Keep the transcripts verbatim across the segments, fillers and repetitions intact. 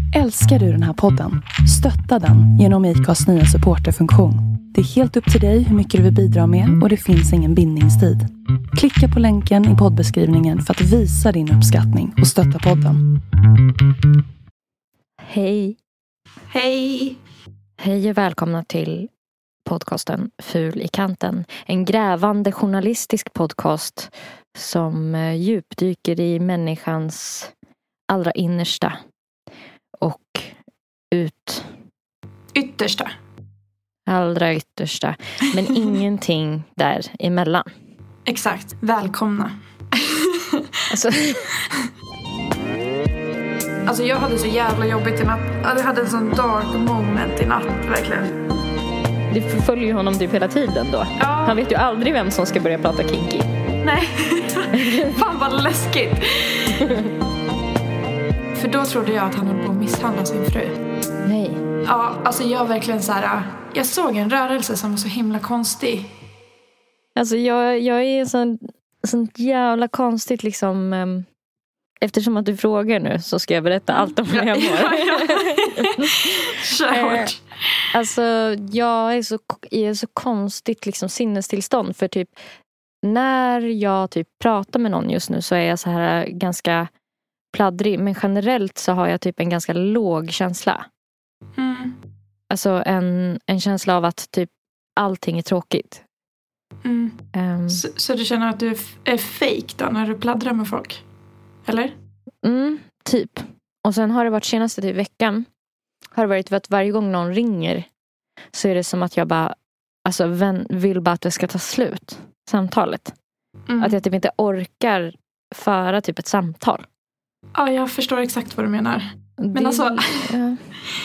Älskar du den här podden? Stötta den genom I C A:s nya supporterfunktion. Det är helt upp till dig hur mycket du vill bidra med och det finns ingen bindningstid. Klicka på länken i poddbeskrivningen för att visa din uppskattning och stötta podden. Hej. Hej. Hej och välkomna till podcasten Ful i kanten. En grävande journalistisk podcast som djupdyker i människans allra innersta och ut. Yttersta. Allra yttersta. Men ingenting där emellan. Exakt. Välkomna. Alltså... alltså jag hade så jävla jobbigt i natt. Jag hade en sån dark moment i natt, verkligen. Det förföljer honom typ hela tiden då. Ja. Han vet ju aldrig vem som ska börja prata kinky. Nej. Fan vad läskigt. För då trodde jag att han höll på att misshandla sin fru. Nej. Ja, alltså jag verkligen så här. Jag såg en rörelse som var så himla konstig. Alltså jag, jag är en sån, sån jävla konstigt liksom... Um, eftersom att du frågar nu så ska jag berätta allt om hur jag mår. Ja, ja. Kört. Alltså jag är så, i ett så konstigt liksom sinnestillstånd. För typ när jag typ pratar med någon just nu så är jag så här ganska pladdrig. Men generellt så har jag typ en ganska låg känsla. Mm. Alltså en, en känsla av att typ allting är tråkigt. Mm. Um, så, så du känner att du är, är fake då när du pladdrar med folk? Eller? Mm, typ. Och sen har det varit senaste typ veckan. Har det varit att varje gång någon ringer så är det som att jag bara alltså vän, vill bara att det ska ta slut. Samtalet. Mm. Att jag typ inte orkar föra typ ett samtal. Ja, jag förstår exakt vad du menar. Men det, alltså... Ja.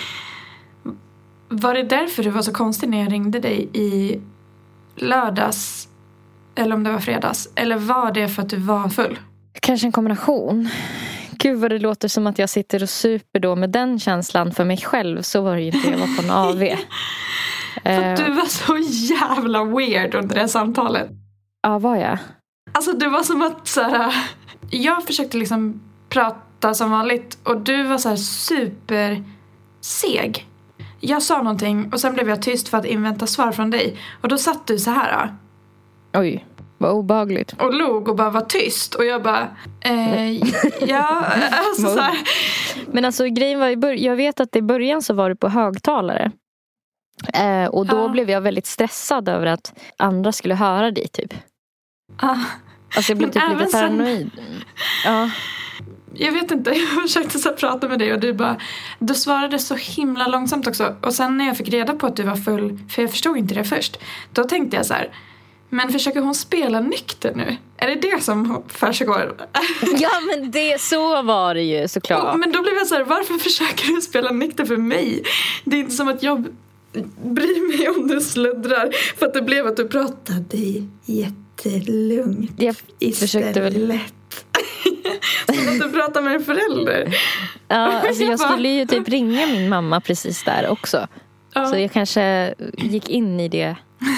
Var det därför du var så konstig när jag ringde dig i lördags? Eller om det var fredags? Eller var det för att du var full? Kanske en kombination. Gud vad det låter som att jag sitter och super då med den känslan för mig själv. Så var det ju inte, jag var på en A V. För du var så jävla weird under det här samtalet. Ja, var jag? Alltså det var som att så här, jag försökte liksom prata som vanligt. Och du var så här super seg. Jag sa någonting och sen blev jag tyst för att invänta svar från dig. Och då satt du så här. Oj, vad obehagligt. Och log och bara var tyst. Och jag bara, eh, ja, alltså så här. Men alltså grejen var i början, jag vet att i början så var det på högtalare. Eh, och då ja. blev jag väldigt stressad över att andra skulle höra dig typ. Ah. Alltså jag blev typ lite paranoid. Sen... Ja. Jag vet inte, jag försökte så prata med dig och du bara, du svarade så himla långsamt också. Och sen när jag fick reda på att du var full, för jag förstod inte det först, då tänkte jag så här, men försöker hon spela nykter nu? Är det det som försiggår? Ja, men det, så var det ju såklart. Och, men då blev jag så här, varför försöker du spela nykter för mig? Det är inte som att jag bryr mig om du sluddrar. För att det blev att du pratade jättelugnt. Jag försökte väl... Som att du pratar med en förälder. Ja, alltså jag skulle ju typ ringa min mamma precis där också. Ja. Så jag kanske gick in i det.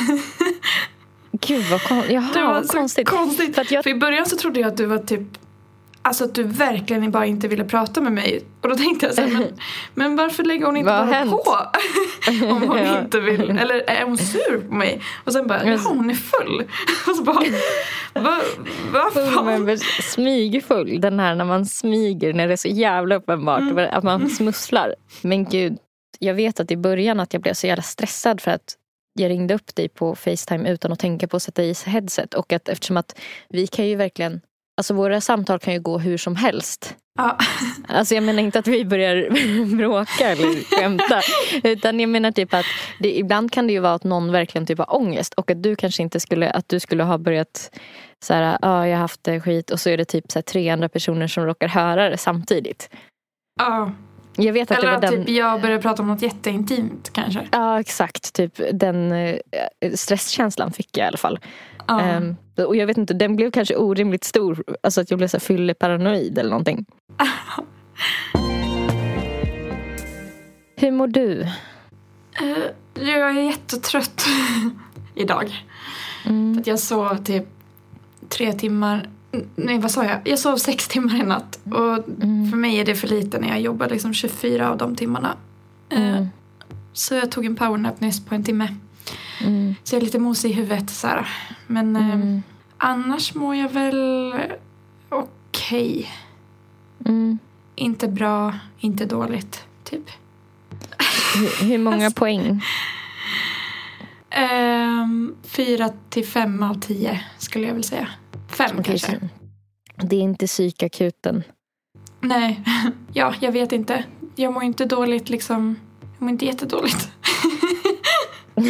Gud vad kon- Jaha, det var vad konstigt. konstigt. För, att jag... för i början så trodde jag att du var typ, alltså att du verkligen bara inte ville prata med mig. Och då tänkte jag så här, men, men varför lägger hon inte bara på? Om hon ja. inte vill. Eller är hon sur på mig? Och sen bara, ja hon är full. Och så bara, vad va fan? Smygfull, den här när man smyger, när det är så jävla uppenbart mm. att man smusslar. Men gud, jag vet att i början att jag blev så jävla stressad för att jag ringde upp dig på FaceTime utan att tänka på att sätta i headset. Och att eftersom att vi kan ju verkligen, alltså våra samtal kan ju gå hur som helst. Ja. Alltså jag menar inte att vi börjar bråka eller skämta. Utan jag menar typ att det, ibland kan det ju vara att någon verkligen typ har ångest. Och att du kanske inte skulle, att du skulle ha börjat så här, ja ah, jag har haft det skit. Och så är det typ så här trehundra personer som råkar höra det samtidigt. Ja. Jag vet att eller det var att den... typ jag började prata om något jätteintimt kanske. Ja, exakt. Typ den eh, stresskänslan fick jag i alla fall. Ja. Um, och jag vet inte, den blev kanske orimligt stor. Alltså att jag blev så fylleparanoid eller någonting. Hur mår du? Uh, jag är jättetrött idag. Mm. För att jag sov typ tre timmar Nej, vad sa jag? Jag sov sex timmar i natt. Och mm. för mig är det för lite när jag jobbar liksom tjugofyra av de timmarna. Mm. Så jag tog en powernap nyss på en timme. Mm. Så jag är lite mosig i huvudet så här. Men mm. eh, annars mår jag väl okej. Okay. Mm. Inte bra, inte dåligt, typ. Hur, hur många poäng? Um, fyra till fem av tio skulle jag väl säga. Fem okay, kanske. Det är inte psykakuten. Nej, ja, jag vet inte. Jag mår inte dåligt liksom. Jag mår inte jättedåligt. uh,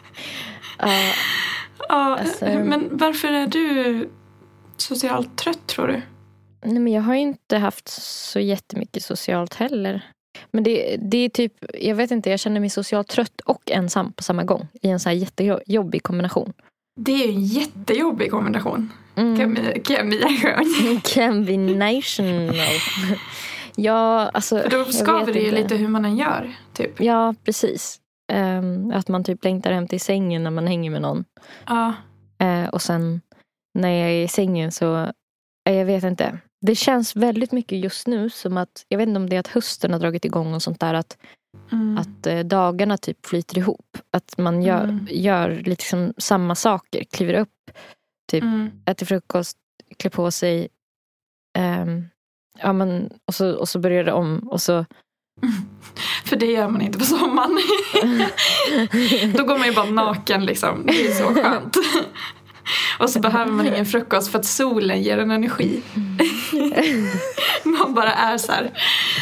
ja, alltså, men varför är du socialt trött, tror du? Nej, men jag har ju inte haft så jättemycket socialt heller. Men det, det är typ, jag vet inte, jag känner mig socialt trött och ensam på samma gång. I en så här jättejobbig kombination. Det är ju en jättejobbig kombination. Mm. Combination. Combination. Ja, alltså. För då skaver det ju lite hur man än gör, typ. Ja, precis. Um, att man typ längtar hem till sängen när man hänger med någon. Ja. Uh, och sen när jag är i sängen så, uh, jag vet inte. Det känns väldigt mycket just nu som att, jag vet inte om det är att hösten har dragit igång och sånt där, att, mm. att uh, dagarna typ flyter ihop. Att man gör, mm. gör liksom samma saker, kliver upp, typ mm. äter frukost, klär på sig, um, ja, men, och, så, och så börjar det om och så. För det gör man inte på sommaren. Då går man ju bara naken liksom. Det är så skönt. Och så behöver man ingen frukost för att solen ger en energi. Man bara är så här.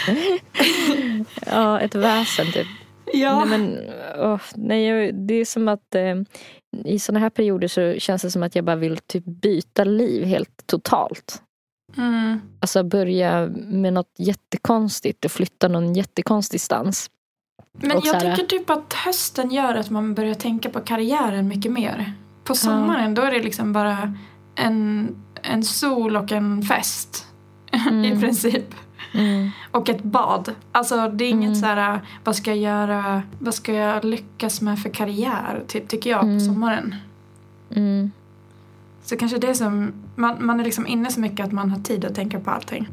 Ja, ett väsen typ. Ja. Nej, men, åh, nej, det är som att eh, i såna här perioder så känns det som att jag bara vill typ byta liv helt totalt. Mm. Alltså börja med något jättekonstigt och flytta någon jättekonstig stans. Men och jag här, tycker typ att hösten gör att man börjar tänka på karriären mycket mer. På sommaren ja. Då är det liksom bara en, en sol och en fest mm. i princip. Mm. Och ett bad. Alltså det är inget mm. så här, vad ska jag göra, vad ska jag lyckas med för karriär typ, tycker jag mm. på sommaren. Mm. Så kanske det är som man, man är liksom inne så mycket att man har tid att tänka på allting.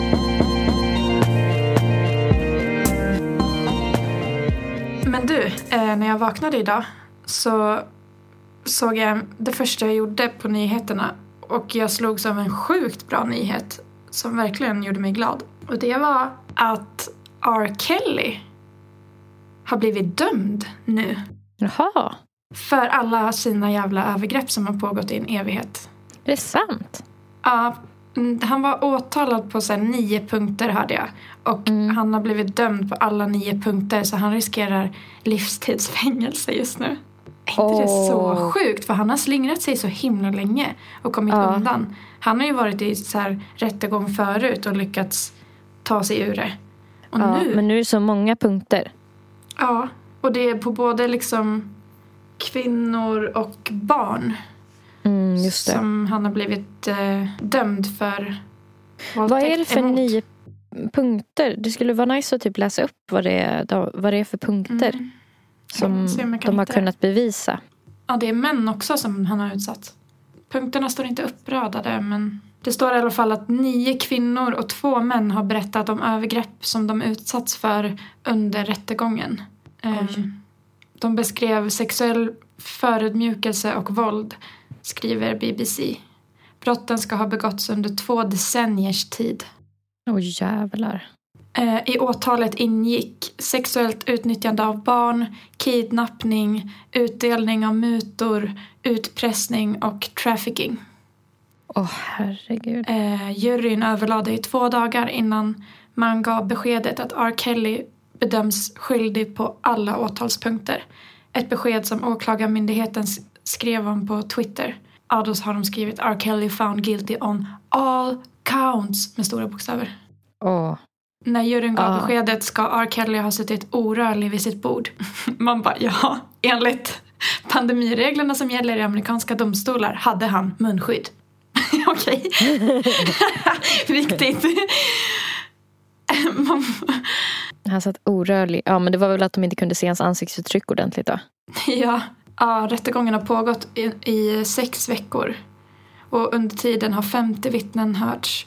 Men du, eh, när jag vaknade idag så såg jag det första jag gjorde på nyheterna. Och jag slog som en sjukt bra nyhet som verkligen gjorde mig glad. Och det var att R. Kelly har blivit dömd nu. Jaha. För alla sina jävla övergrepp som har pågått i en evighet. Det är sant. Ja, han var åtalad på så här nio punkter hörde jag. Och mm. han har blivit dömd på alla nio punkter. Så han riskerar livstidsfängelse just nu. Är inte oh. det så sjukt? För han har slingrat sig så himla länge och kommit ja. undan. Han har ju varit i så här rättegång förut och lyckats ta sig ur det. Och ja, nu... men nu är det så många punkter. Ja, och det är på både liksom kvinnor och barn. Mm, just det. Som han har blivit eh, dömd för våldtäkt. Vad är det för emot. nio punkter? Det skulle vara nice att typ läsa upp vad det är, då, vad det är för punkter. Mm. Som de har kunnat bevisa. Ja, det är män också som han har utsatt. Punkterna står inte uppradade, men det står i alla fall att nio kvinnor och två män har berättat om övergrepp som de utsatts för under rättegången. Um, de beskrev sexuell förödmjukelse och våld, skriver B B C. Brotten ska ha begåtts under två decenniers tid. Åh oh, jävlar. I åtalet ingick sexuellt utnyttjande av barn, kidnappning, utdelning av mutor, utpressning och trafficking. Åh oh, herregud. Eh, juryn överlade i två dagar innan man gav beskedet att R. Kelly bedöms skyldig på alla åtalspunkter. Ett besked som åklagarmyndigheten skrev om på Twitter. Ja, då har de skrivit R. Kelly found guilty on all counts med stora bokstäver. Åh. Oh. När juryn gav ah. beskedet ska R. Kelly ha suttit orörlig vid sitt bord. Man bara, ja, enligt pandemireglerna som gäller i amerikanska domstolar hade han munskydd. Okej. Viktigt. Man... Han satt orörlig. Ja, men det var väl att de inte kunde se hans ansiktsuttryck ordentligt då. Ja, ja rättegången har pågått i, i sex veckor. Och under tiden har femtio vittnen hörts.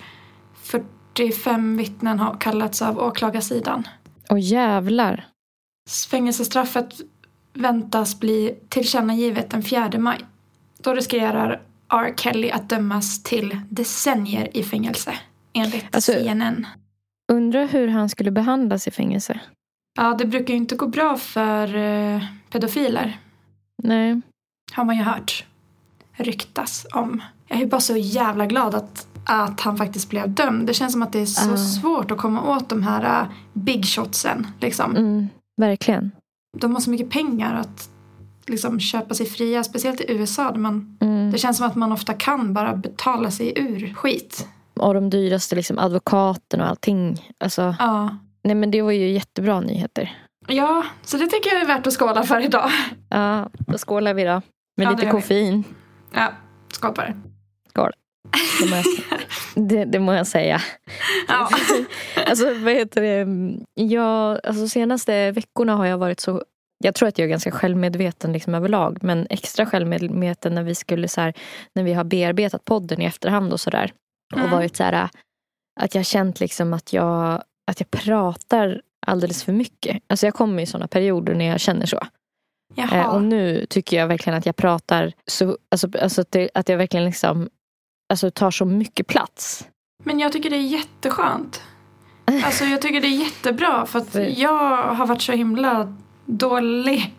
fyrtiofem vittnen har kallats av åklagarsidan. Åh jävlar. Fängelsestraffet väntas bli tillkännagivet den fjärde maj. Då riskerar R. Kelly att dömas till decennier i fängelse, enligt alltså, C N N. Undrar hur han skulle behandlas i fängelse. Ja, det brukar ju inte gå bra för uh, pedofiler. Nej. Har man ju hört ryktas om. Jag är bara så jävla glad att, att han faktiskt blev dömd. Det känns som att det är så uh. svårt att komma åt de här uh, big shotsen. Liksom. Mm, verkligen. De har så mycket pengar att liksom, köpa sig fria. Speciellt i U S A. Där man, mm. Det känns som att man ofta kan bara betala sig ur skit. Och de dyraste liksom, advokaten och allting. Alltså, ja. Nej, men det var ju jättebra nyheter. Ja, så det tycker jag är värt att skåla för idag. Ja, då skålar vi då. Med ja, lite koffein. Ja, skål på det. Skål. Det må jag, det, det må jag säga. Ja. Alltså, vad heter det? Jag, alltså, senaste veckorna har jag varit så... Jag tror att jag är ganska självmedveten liksom överlag. Men extra självmedveten när vi skulle så här, när vi har bearbetat podden i efterhand och sådär. Mm. Och varit så här, att jag har känt liksom att jag, att jag pratar alldeles för mycket. Alltså jag kommer i sådana perioder när jag känner så. Eh, och nu tycker jag verkligen att jag pratar så, alltså, alltså att, det, att jag verkligen liksom, alltså tar så mycket plats. Men jag tycker det är jätteskönt. Alltså jag tycker det är jättebra för att jag har varit så himla dålig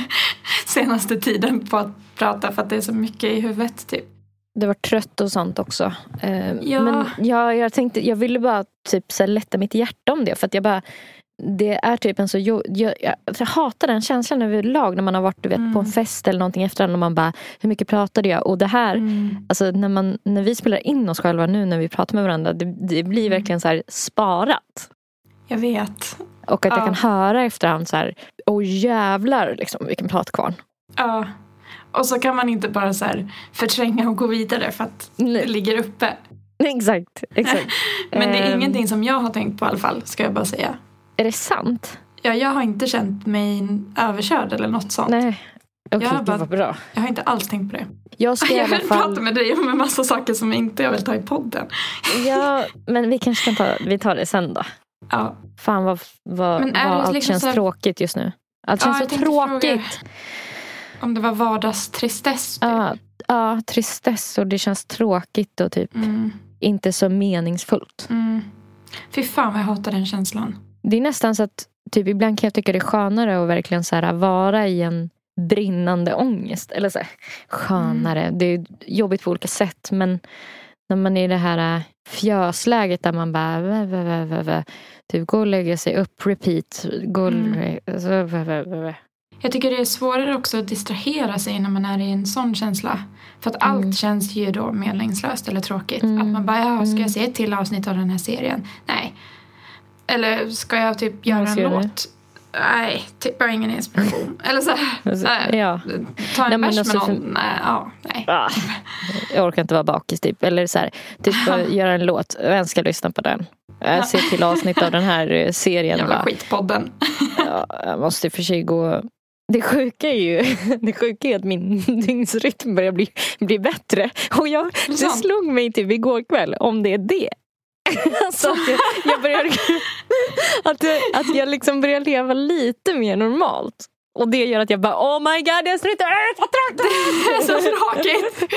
senaste tiden på att prata för att det är så mycket i huvudet typ. Det var trött och sånt också. Eh, ja. Men jag, jag tänkte, jag ville bara typ så här, lätta mitt hjärta om det. För att jag bara, det är typ en så, jag, jag, jag hatar den känslan överlag när man har varit du vet, mm. på en fest eller någonting efterhand och man bara, hur mycket pratade jag? Och det här, mm. alltså när, man, när vi spelar in oss själva nu när vi pratar med varandra, det, det blir verkligen så här sparat. Jag vet. Och att ja. jag kan höra efterhand så här, åh jävlar liksom, vilken pratkvarn. Ja. Och så kan man inte bara så här förtränga och gå vidare för att Nej. det ligger uppe. Exakt, exakt. Men det är um, ingenting som jag har tänkt på i alla fall, ska jag bara säga. Är det sant? Ja, jag har inte känt mig överkörd eller något sånt. Nej, okej, okay, det var bra. Jag har inte alls tänkt på det. Jag, ska jag vill fall... prata med dig om en massa saker som inte jag vill ta i podden. Ja, men vi kanske kan ta, vi tar det sen då. Ja. Fan vad, vad, vad allt liksom känns så... tråkigt just nu. Allt känns ja, så tråkigt. Fråga... Om det var vardagstristess. Typ. Ja, ja, tristess och det känns tråkigt och typ mm. inte så meningsfullt. Mm. Fy fan vad jag hatar den känslan. Det är nästan så att typ ibland kan jag tycka det är skönare att verkligen så här, vara i en brinnande ångest. Eller så här, skönare. Mm. Det är jobbigt på olika sätt. Men när man är i det här fjösläget där man bara vä, vä, vä, vä, vä, typ gå och lägga sig upp, repeat, gå mm. alltså, vä, vä, vä. Jag tycker det är svårare också att distrahera sig när man är i en sån känsla. För att mm. allt känns ju då meningslöst eller tråkigt. Mm. Att man bara, ja, ska jag se ett till avsnitt av den här serien? Nej. Eller ska jag typ göra en låt? Det? Nej, typ jag har ingen inspiration. Eller så här, ja. ta en nej, vers med alltså, någon. Nej, ja, nej. Ah, jag orkar inte vara bakis typ. Eller så här, typ göra en låt. Vem ska lyssna på den? Jag ser till avsnitt av den här serien. Jävla skitpodden. Ja, jag måste för sig gå... Det sjuka är ju det sjuka är att min dygnsrytm börjar bli, bli bättre. Och jag, det slog mig typ igår kväll om det är det. Alltså att jag, jag börjar att jag, att jag liksom börjar leva lite mer normalt. Och det gör att jag bara, oh my god, jag slutar, jag fattar inte. Det är så tråkigt.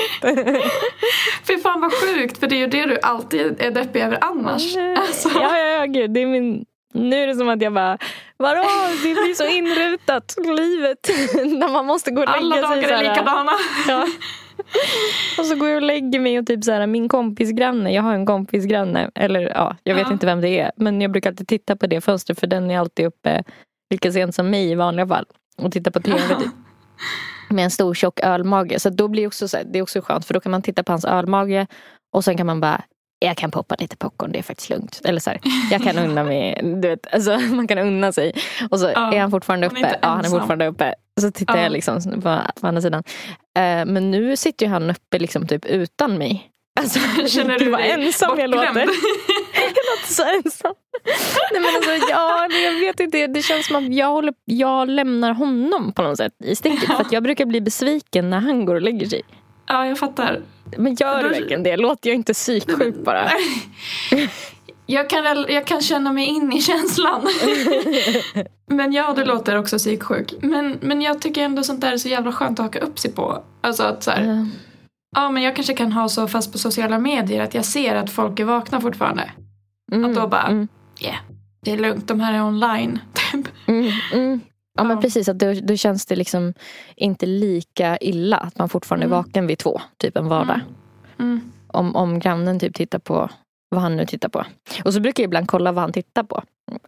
Fy fan vad sjukt, för det är ju det du alltid är deppig över annars. Alltså. Ja, ja, ja, gud, det är min... Nu är det som att jag bara, vadå, det blir så inrutat livet när man måste gå och lägga alla sig. Alla dagar är likadana. Ja. Och så går jag och lägger mig och typ så här, min kompisgranne, jag har en kompisgranne, eller ja, jag vet ja. inte vem det är, men jag brukar alltid titta på det fönstret för den är alltid uppe lika sent som mig i vanliga fall och titta på tv typ. Med en stor tjock ölmage, så då blir det också så här, det är också skönt för då kan man titta på hans ölmage och sen kan man bara, jag kan poppa lite popcorn, det är faktiskt lugnt. Eller så här, jag kan unna mig, du vet, alltså man kan unna sig. Och så ja, är han fortfarande uppe. Han ja, han är fortfarande uppe. Så tittar ja. jag liksom på, på andra sidan. Uh, men nu sitter ju han uppe liksom typ utan mig. Alltså, känner du dig ensam jag låter. Jag låter så ensam. Nej, men alltså, ja, jag vet inte. Det känns som att jag, håller, jag lämnar honom på något sätt i sticket. Ja. För att jag brukar bli besviken när han går och lägger sig. Ja, jag fattar. Men gör du verkligen det? Låter jag inte psyksjuk bara? Jag kan, jag kan känna mig in i känslan. Men ja, det låter också psyksjuk. Men, men jag tycker ändå sånt där är så jävla skönt att haka upp sig på. Alltså att så här, mm. ja, men jag kanske kan ha så fast på sociala medier att jag ser att folk är vakna fortfarande. Mm. Att då bara, mm. yeah, det är lugnt, de här är online. mm, mm. Ja, men precis, att då, då känns det liksom inte lika illa att man fortfarande är vaken vid två, typ en vardag. Mm. Mm. Om, om grannen typ tittar på vad han nu tittar på. Och så brukar jag ibland kolla vad han tittar på.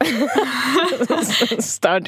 Störd.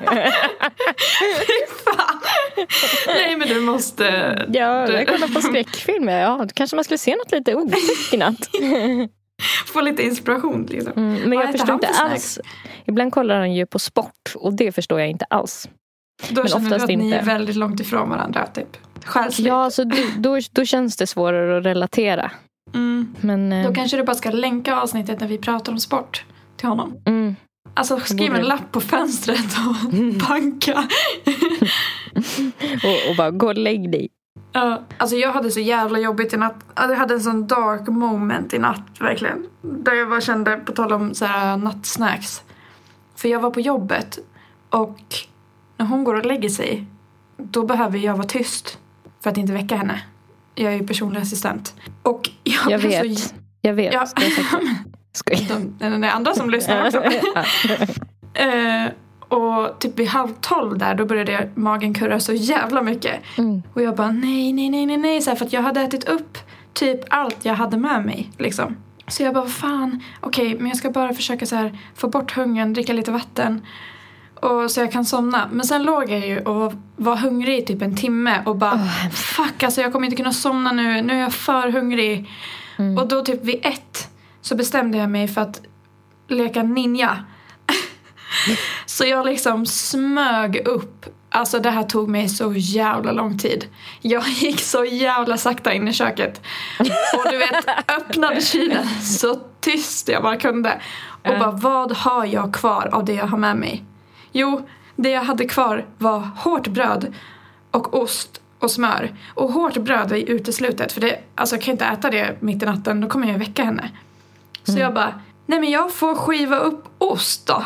Fan. Nej, men du måste... Ja, jag kollar på skräckfilmer. Ja, kanske man skulle se något lite obetecknat. Få lite inspiration liksom. Mm, men jag förstår inte alls. Ibland kollar han ju på sport. Och det förstår jag inte alls. Då men känner du att inte. Ni är väldigt långt ifrån varandra typ. Själsligt. Ja, så då, då, då känns det svårare att relatera. Mm. Men, då kanske du bara ska länka avsnittet när vi pratar om sport till honom. Mm. Alltså skriv en lapp på fönstret och mm. banka. och, och bara gå och lägg dig. Uh, alltså jag hade så jävla jobbigt i natt. Jag hade en sån dark moment i natt, verkligen. Där jag bara kände, på tal om så här nattsnacks. För jag var på jobbet. Och när hon går och lägger sig, då behöver jag vara tyst för att inte väcka henne. Jag är ju personlig assistent. Och jag, jag vet, så... jag vet. Ja. De, den är andra som lyssnar också. uh, och typ vid halv tolv där, då började magen kurra så jävla mycket. Mm. Och jag bara, nej, nej, nej, nej, nej. Så här, för att jag hade ätit upp typ allt jag hade med mig, liksom. Så jag bara, vad fan, okej, okay, men jag ska bara försöka så här få bort hungern, dricka lite vatten. Och så jag kan somna. Men sen låg jag ju och var hungrig i typ en timme. Och bara, oh. fuck, alltså jag kommer inte kunna somna nu. Nu är jag för hungrig. Mm. Och då typ vid ett så bestämde jag mig för att leka ninja. Så jag liksom smög upp. Alltså det här tog mig så jävla lång tid. Jag gick så jävla sakta in i köket. Och du vet, öppnade kylen så tyst jag bara kunde. Och bara, vad har jag kvar av det jag har med mig? Jo, det jag hade kvar var hårt bröd och ost och smör. Och hårt bröd är uteslutet. För det, alltså jag kan inte äta det mitt i natten. Då kommer jag väcka henne. Så mm. jag bara, nej men jag får skiva upp ost då.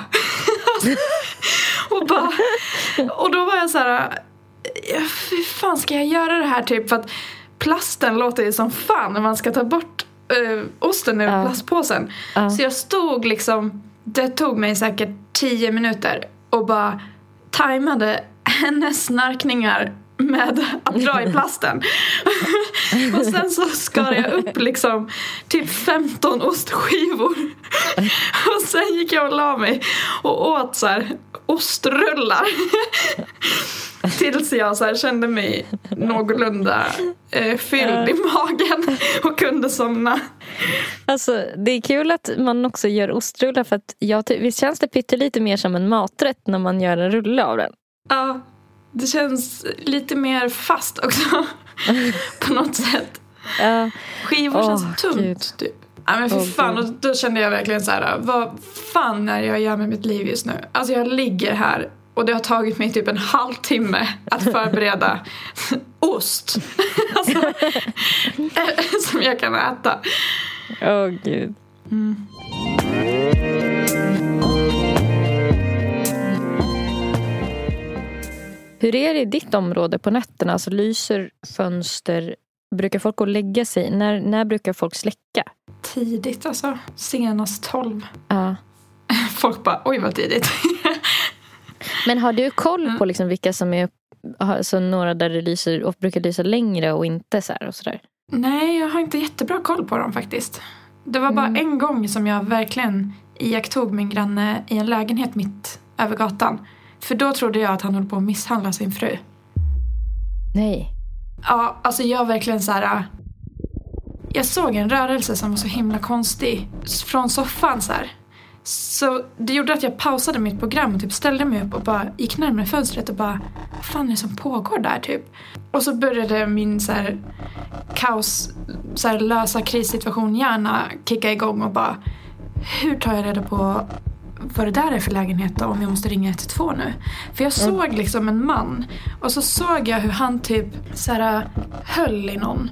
och, bara, och då var jag så här, hur fan ska jag göra det här typ? För att plasten låter ju som fan när man ska ta bort uh, osten ur uh. plastpåsen. Uh. Så jag stod liksom, det tog mig säkert tio minuter och bara tajmade hennes snarkningar med att dra i plasten. Och sen så skar jag upp liksom typ femton ostskivor. Och sen gick jag och la mig och åt så här ostrullar. Tills jag så här kände mig någorlunda eh, fylld i magen och kunde somna. Alltså det är kul att man också gör ostrullar, för att jag ty- visst känns det pyttelite mer som en maträtt när man gör en rulle av den. Ja, det känns lite mer fast också. På något sätt. Ja. Skivor oh, känns tunt Gud. Typ. Ja, men för oh, fan, och då kände jag verkligen så här, vad fan är jag gör med mitt liv just nu? Alltså jag ligger här och det har tagit mig typ en halvtimme att förbereda ost. Alltså, som jag kan äta. Åh oh, Gud. Mm. Hur är det i ditt område på nätterna? Alltså lyser fönster? Brukar folk gå och lägga sig? När, när brukar folk släcka? Tidigt alltså. Senast tolv. Ja. Folk bara, oj vad tidigt. Men har du koll på liksom vilka som är, alltså några där det lyser och brukar lysa längre och inte så här och sådär? Nej, jag har inte jättebra koll på dem faktiskt. Det var bara mm. en gång som jag verkligen iakttog min granne i en lägenhet mitt över gatan. För då trodde jag att han höll på att misshandla sin fru. Nej. Ja, alltså jag verkligen så här. Jag såg en rörelse som var så himla konstig från soffan så här. Så det gjorde att jag pausade mitt program och typ ställde mig upp och bara gick närmare fönstret och bara, vad fan är det som pågår där typ? Och så började min så här kaos, så här lösa krissituation hjärna kicka igång och bara, hur tar jag reda på vad det där är för lägenhet då, om jag måste ringa ett ett två nu. För jag såg mm. liksom en man. Och så såg jag hur han typ så här höll i någon.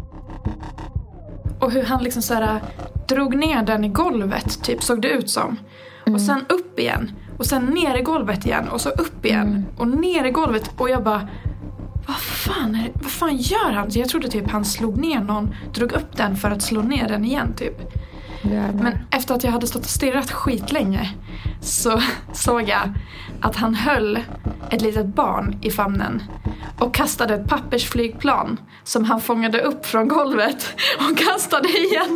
Och hur han liksom så här drog ner den i golvet, typ, såg det ut som. Mm. Och sen upp igen. Och sen ner i golvet igen. Och så upp igen. Mm. Och ner i golvet. Och jag bara, vad fan, är det, vad fan gör han? Jag trodde typ han slog ner någon, drog upp den för att slå ner den igen typ. Jävlar. Men efter att jag hade stått och stirrat skitlänge så såg jag att han höll ett litet barn i famnen och kastade ett pappersflygplan som han fångade upp från golvet och kastade igen.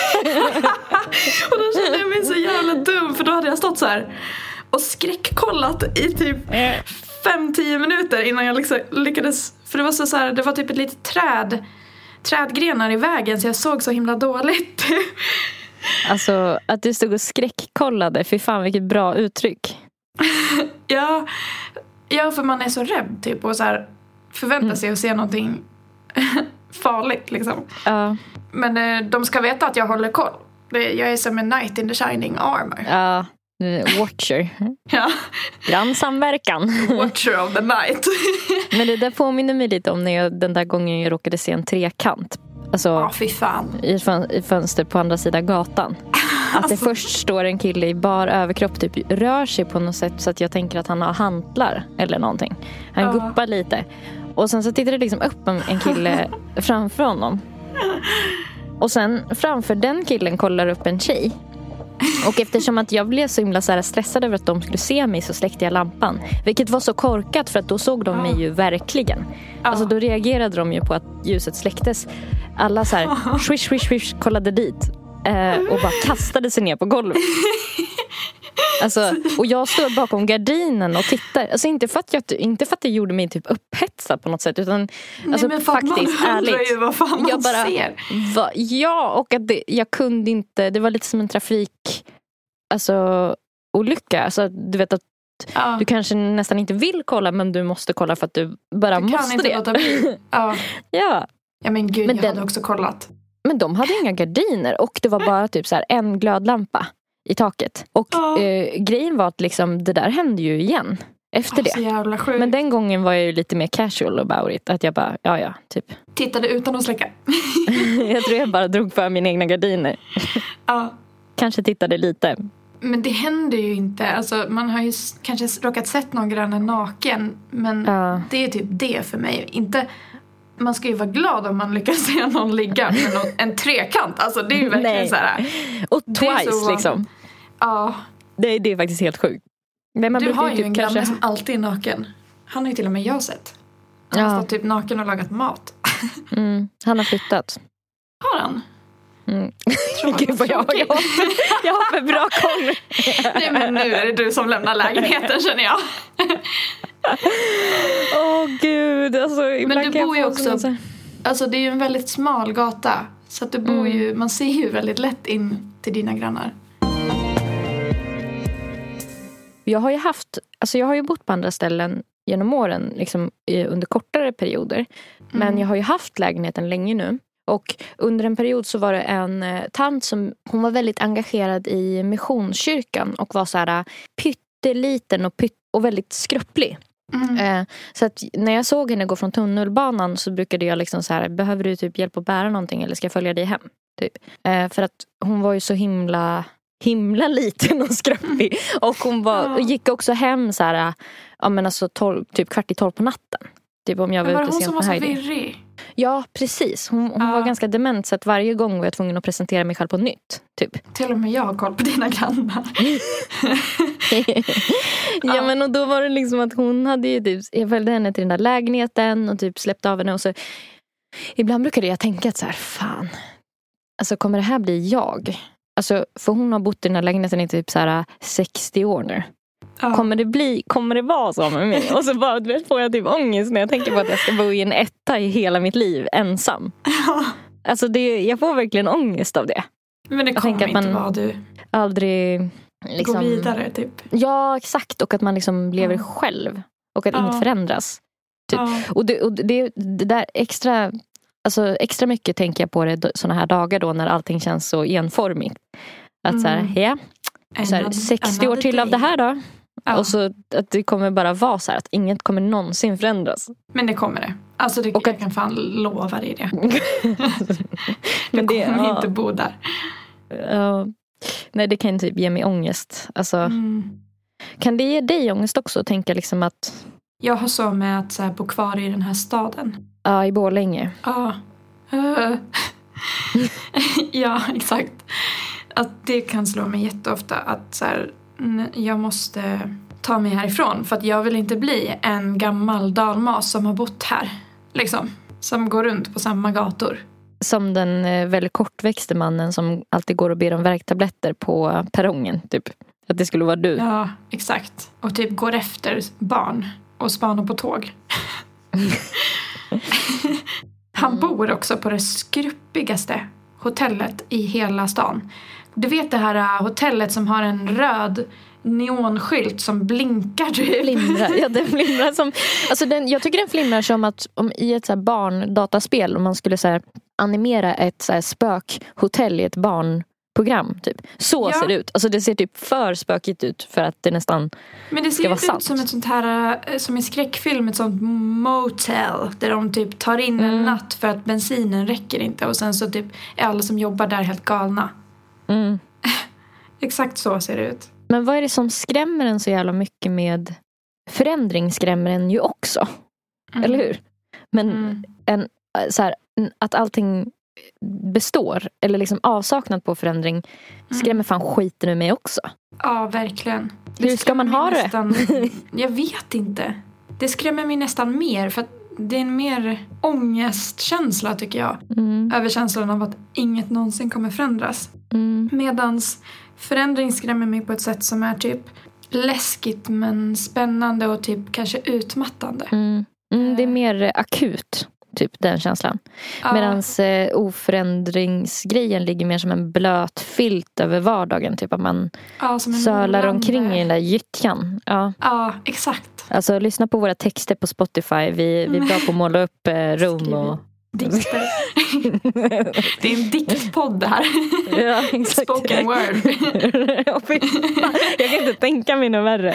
Och då kände jag mig så jävla dum, för då hade jag stått så här och skräckkollat i typ fem till tio minuter innan jag liksom lyckades, för det var så, så här, det var typ ett litet träd trädgrenar i vägen, så jag såg så himla dåligt. Alltså att du stod och skräckkollade, för fan vilket bra uttryck. ja, ja, för man är så rädd typ, och så här förväntar mm. sig att se någonting farligt liksom. Ja. Men eh, de ska veta att jag håller koll. Jag är som en knight in the shining armor. Ja, watcher. Ja. Grannsamverkan. Watcher of the night. Men det där påminner mig lite om när jag, den där gången jag råkade se en trekant. Alltså, oh, fy fan. I, fön- i fönster på andra sidan gatan. Att det alltså. Först står en kille i bar överkropp, typ rör sig på något sätt så att jag tänker att han har hantlar eller någonting. Han uh. guppar lite. Och sen så tittar det liksom upp en, en kille framför honom. Och sen framför den killen kollar upp en tjej. Och eftersom att jag blev så himla så här stressad över att de skulle se mig, så släckte jag lampan. Vilket var så korkat, för att då såg de mig ju verkligen. Alltså då reagerade de ju på att ljuset släcktes. Alla så här swish, swish, swish kollade dit. Eh, och bara kastade sig ner på golvet. Alltså, och jag står bakom gardinen och tittar. Alltså inte för att jag, inte för att det gjorde mig typ upphetsad på något sätt, utan nej, alltså, men för faktiskt man ärligt. Ju vad fan man jag bara, ser. Va, ja, och att det, jag kunde inte. Det var lite som en trafik, alltså olycka. Alltså du vet att ja. Du kanske nästan inte vill kolla, men du måste kolla för att du bara du måste kan inte det. låta bli. Ja. Ja. Ja men gud, men jag den, hade också kollat. Men de hade inga gardiner, och det var bara typ så här en glödlampa i taket. Och ja. eh, grejen var att liksom, det där hände ju igen efter oh, det. Så jävla sjukt. Men den gången var jag ju lite mer casual about it. Att jag bara, ja ja, typ. Tittade utan att släcka. Jag tror jag bara drog för mina egna gardiner. Ja. Kanske tittade lite. Men det händer ju inte. Alltså, man har ju kanske råkat sett någon granne naken. Men ja. Det är typ det för mig. Inte... Man ska ju vara glad om man lyckas se någon ligga med någon, en trekant. Alltså det är ju verkligen nej. Så här. Och twice så, liksom. Ja. Det, det är faktiskt helt sjukt. Men man du har ju typ en kanske... granne som alltid är naken. Han har ju till och med jag sett. Han ja. har stått typ naken och lagat mat. Mm. Han har flyttat. Har han? Mm. Gud vad jag, jag, har för, jag har för bra koll. Nej men nu är det du som lämnar lägenheten, känner jag. Åh oh, gud, alltså, men du bor ju också så... Alltså det är ju en väldigt smal gata. Så att du bor mm. ju, man ser ju väldigt lätt in till dina grannar. Jag har ju haft, alltså jag har ju bott på andra ställen genom åren liksom, under kortare perioder. Mm. Men jag har ju haft lägenheten länge nu. Och under en period så var det en eh, tant som, hon var väldigt engagerad i missionskyrkan och var så här pytteliten och, pytt, och väldigt skröplig. Mm. Eh, så att när jag såg henne gå från tunnelbanan så brukade jag liksom så här, behöver du typ hjälp att bära någonting eller ska jag följa dig hem? Typ. Eh, för att hon var ju så himla, himla liten och skröplig. Mm. Och hon var, och gick också hem så här, ja men alltså tolv, typ kvart i tolv på natten. Typ om jag var, var ute hon sent som med var så virrig? Ja, precis. Hon, hon ja. var ganska dement, så att varje gång var jag tvungen att presentera mig själv på nytt. Typ. Till och med jag har koll på dina grannar. ja, ja, men och då var det liksom att hon hade ju typ, jag följde henne till den där lägenheten och typ släppte av henne. Och så, ibland brukade jag tänka att så här, fan, alltså kommer det här bli jag? Alltså, för hon har bott i den här lägenheten i typ så här sextio år nu. Ja. Kommer det bli, kommer det vara så med mig? Och så bara, du vet, får jag typ ångest när jag tänker på att jag ska bo i en etta i hela mitt liv ensam. Ja. Alltså det, jag får verkligen ångest av det. Men det jag kommer att man inte vara du. Aldrig liksom, gå vidare typ. Ja, exakt. Och att man liksom lever ja. själv. Och att ja. inget förändras. Typ. Ja. Och, det, och det, det där extra, alltså extra mycket tänker jag på det såna här dagar då när allting känns så enformigt. Att mm. så här, ja, så här, sextio år till av det här då. Ja. Och så att det kommer bara vara så här att inget kommer någonsin förändras. Men det kommer det. Alltså det, och jag att, kan fan lova dig det. Men det kommer ja. inte bo där. Ja. Nej, det kan typ ge mig ångest. Alltså, mm. Kan det ge dig ångest också? Tänka liksom att... Jag har så med att så här, bo kvar i den här staden. Ja, i Borlänge. Ja. Uh. Ja, exakt. Att det kan slå mig jätteofta att så här, jag måste ta mig härifrån. För att jag vill inte bli en gammal dalmas som har bott här. Liksom. Som går runt på samma gator. Som den väldigt kortväxte mannen som alltid går och ber om värktabletter på perrongen, typ. Att det skulle vara du. Ja, exakt. Och typ går efter barn och spanar på tåg. Han bor också på det skruppigaste hotellet i hela stan. Du vet det här hotellet som har en röd neonskylt som blinkar typ. Flimrar. Ja, den flimrar som... Alltså den, jag tycker den flimrar som att om i ett så här barndataspel, om man skulle så här animera ett så här spökhotell i ett barnprogram typ. Så ja. Ser det ut. Alltså det ser typ för spökigt ut för att det nästan Men det ser ut som ett sånt här, som i skräckfilm, ett sånt motel där de typ tar in mm. en natt för att bensinen räcker inte och sen så typ är alla som jobbar där helt galna. Mm. Exakt så ser det ut. Men vad är det som skrämmer en så jävla mycket med förändring skrämmer en ju också. Mm. Eller hur? Men mm. en, så här, att allting består eller liksom avsaknad på förändring skrämmer mm. fan skiten ur mig också. Ja, verkligen. Hur ska man ha det? Nästan, jag vet inte. Det skrämmer mig nästan mer för att det är en mer ångestkänsla tycker jag. Mm. Över känslan av att inget någonsin kommer förändras. Mm. Medans förändring skrämmer mig på ett sätt som är typ läskigt men spännande och typ kanske utmattande. Mm. Mm, det är mer akut, typ den känslan. Ja. Medans eh, oförändringsgrejen ligger mer som en blöt filt över vardagen. Typ att man ja, sölar omkring i den där gyttjan. Ja. Ja, exakt. Alltså lyssna på våra texter på Spotify. Vi, vi är bra på att måla upp eh, rum och... Dikter. Det är en diktpodd här. Ja, exakt. Spoken word. Jag kan inte tänka mig något värre.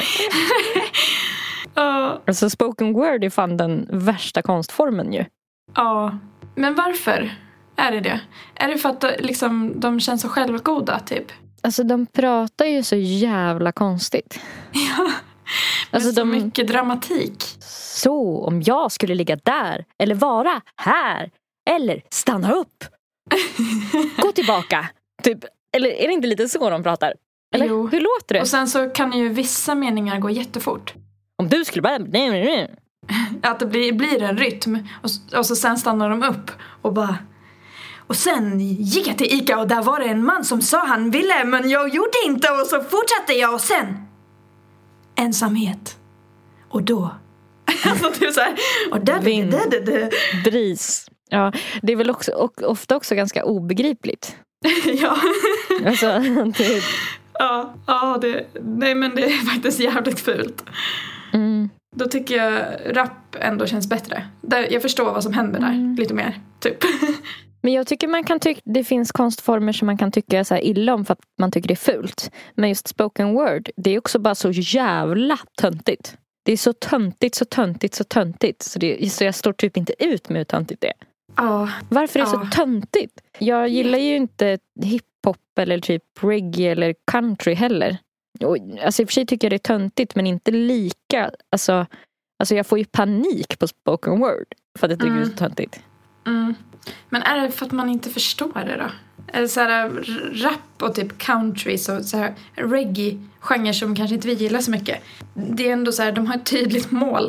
Uh, alltså spoken word är fan den värsta konstformen ju. Ja, uh, men varför är det det? Är det för att liksom, de känns så självgoda typ? Alltså de pratar ju så jävla konstigt. Ja, alltså så de... mycket dramatik. Så, om jag skulle ligga där eller vara här eller stanna upp. Gå tillbaka. Typ, eller är det inte lite så de pratar? Eller jo. Hur låter det? Och sen så kan ju vissa meningar gå jättefort. Om du skulle bara... Att det blir, blir en rytm. Och, och så sen stannar de upp och bara... Och sen gick jag till Ica och där var det en man som sa han ville men jag gjorde inte och så fortsatte jag och sen... Ensamhet. Och då... alltså typ så här... Och där, Vind, där, där, där. Bris. Ja, det är väl också, och, ofta också ganska obegripligt. Ja. Alltså, typ... Ja, ja det, nej men det är faktiskt jävligt fult. Mm. Då tycker jag rap ändå känns bättre. Där, jag förstår vad som händer där, mm. lite mer, typ. Men jag tycker man kan tycka, det finns konstformer som man kan tycka så här illa om för att man tycker det är fult. Men just spoken word, det är också bara så jävla töntigt. Det är så töntigt, så töntigt, så töntigt. Så, det, så jag står typ inte ut med hur töntigt det är. Ja. Varför är det ja. så töntigt? Jag gillar ju inte hiphop eller typ reggae eller country heller. Och, alltså i och för sig tycker jag det är töntigt men inte lika. Alltså, alltså jag får ju panik på spoken word för att jag tycker mm. det är så töntigt. Mm. Men är det för att man inte förstår det då? Är det så här rap och typ country så, så här reggae genre som kanske inte vi gillar så mycket. Det är ändå så här, de har ett tydligt mål.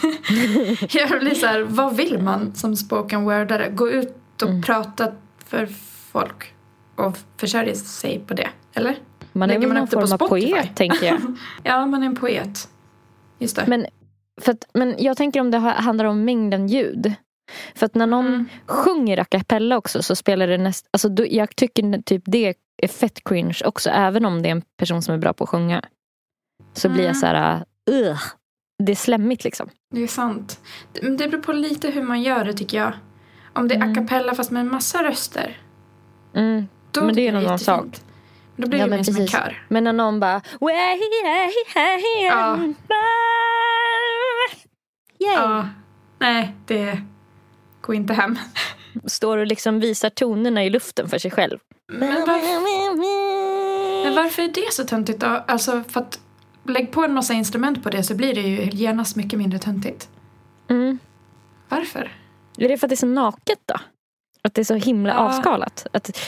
Jag blir så här, vad vill man som spoken wordare? Gå ut och mm. prata för folk och försörja sig på det, eller? Man är väl någon form av poet, tänker jag. Ja, man är en poet. Just det. Men, för att, men jag tänker om det handlar om mängden ljud. För att när någon mm. sjunger a cappella också så spelar det nästan... Alltså, då, jag tycker typ det är fett cringe också. Även om det är en person som är bra på att sjunga. Så mm. blir jag så här... Uh, det är slämmigt liksom. Det är sant. Det, det beror på lite hur man gör det tycker jag. Om det är mm. a cappella fast med en massa röster. Mm. Men det är någon annan sak. Då blir ja, det men mer som en precis. kör. Men när någon bara... Ja. Yay. Ja. Nej, det går inte hem. Står och liksom visar tonerna i luften för sig själv. Men varför, men varför är det så töntigt då? Alltså för att lägg på en massa instrument på det så blir det ju genast mycket mindre töntigt. Mm. Varför? Är det för att det är så naket då? Att det är så himla Ja. avskalat? Att...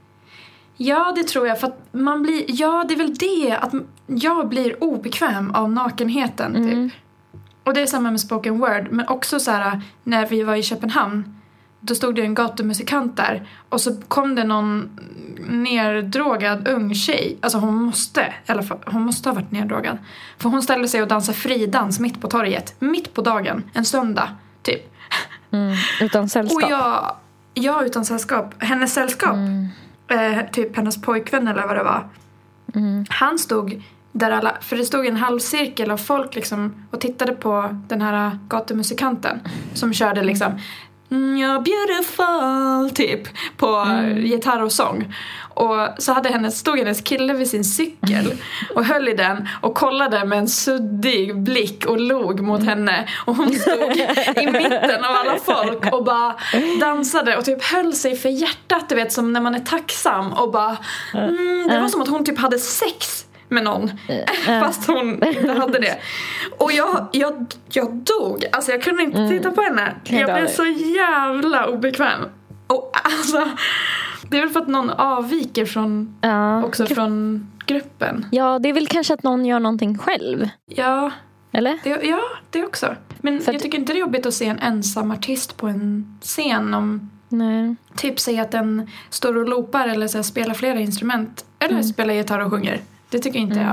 Ja, det tror jag. För att man blir, ja, det är väl det. Att jag blir obekväm av nakenheten, Mm. typ. Och det är samma med spoken word. Men också så här, när vi var i Köpenhamn. Då stod det en gatumusikant där. Och så kom det någon neddrogad ung tjej. Alltså hon måste, i alla fall, hon måste ha varit neddrogad. För hon ställde sig och dansade fridans mitt på torget. Mitt på dagen, en söndag, typ. Mm. Utan sällskap. Och jag, ja, utan sällskap. Hennes sällskap. Mm. Eh, typ hennes pojkvän eller vad det var. Mm. Han stod där alla, för det stod en halvcirkel av folk liksom och tittade på den här gatumusikanten som körde liksom "You're beautiful" typ på Mm. gitarr och sång. Och så hade hennes, stod hennes kille vid sin cykel och höll i den och kollade med en suddig blick och log mot henne. Och hon stod i mitten av alla folk och bara dansade och typ höll sig för hjärtat, du vet, som när man är tacksam och bara mm, det var som att hon typ hade sex med någon fast hon inte hade det. Och jag, jag, jag dog. Alltså jag kunde inte Mm. titta på henne. Jag blev så jävla obekväm. Och alltså det är väl för att någon avviker från Ja. också från gruppen. Ja, det är väl kanske att någon gör någonting själv. Ja, Eller? det, ja, det också. Men För jag att- tycker inte det är jobbigt att se en ensam artist på en scen om Nej. typ säga att den står och loopar eller så här, spelar flera instrument eller Mm. spelar gitarr och sjunger. Det tycker inte Mm. jag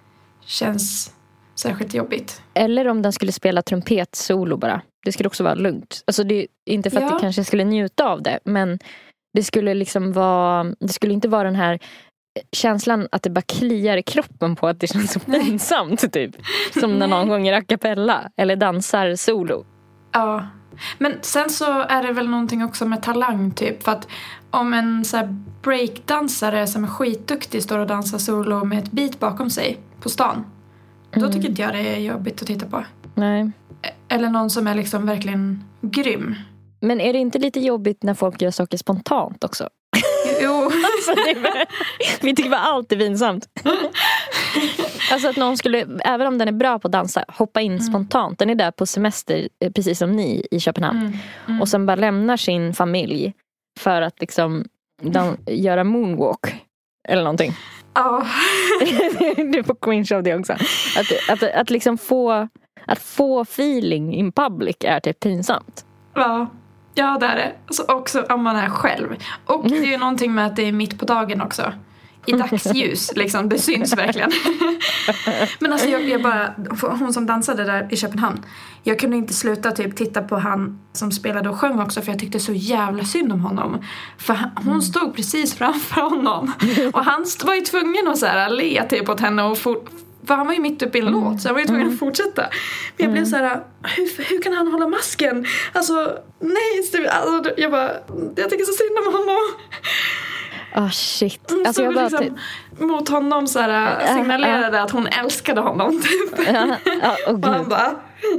känns särskilt jobbigt. Eller om den skulle spela trumpetsolo bara. Det skulle också vara lugnt. Alltså det är inte för att Ja. det kanske skulle njuta av det. Men det skulle liksom vara... Det skulle inte vara den här känslan att det bara kliar i kroppen på att det känns så pinsamt typ. Som när någon sjunger a cappella. Eller dansar solo. Ja, men sen så är det väl någonting också med talang typ. För att om en så här breakdansare som är skitduktig står och dansar solo med ett beat bakom sig på stan. Då Mm. tycker inte jag det är jobbigt att titta på. Nej. Eller någon som är liksom verkligen grym. Men är det inte lite jobbigt när folk gör saker spontant också? Jo. Alltså, det är, vi tycker bara allt är pinsamt. Alltså att någon skulle, även om den är bra på att dansa, hoppa in Mm. spontant. Den är där på semester, eh, precis som ni i Köpenhamn. Mm. Mm. Och sen bara lämnar sin familj för att liksom dan- göra moonwalk. Eller någonting. Ja. Du får cringe av det också. Att, att, att liksom få, att få feeling in public är typ pinsamt. Ja. Ja, det är det. Alltså också om man är själv. Och det är ju någonting med att det är mitt på dagen också. I dagsljus, liksom. Det syns verkligen. Men alltså jag, jag bara... Hon som dansade där i Köpenhamn. Jag kunde inte sluta typ titta på han som spelade och sjöng också. För jag tyckte så jävla synd om honom. För han, hon stod precis framför honom. Och han var ju tvungen att så här, le typ åt henne och for, för han var ju mitt uppe i en mm. låt. Så han var ju tvungen att fortsätta. Men jag mm. blev så här, hur, hur kan han hålla masken? Alltså, nej. Alltså, jag bara, jag tycker så synd om honom. Ah oh, shit. Hon alltså, jag bara liksom ty- mot honom så här, signalerade uh, uh. att hon älskade honom typ. Uh, uh, oh, och han bara...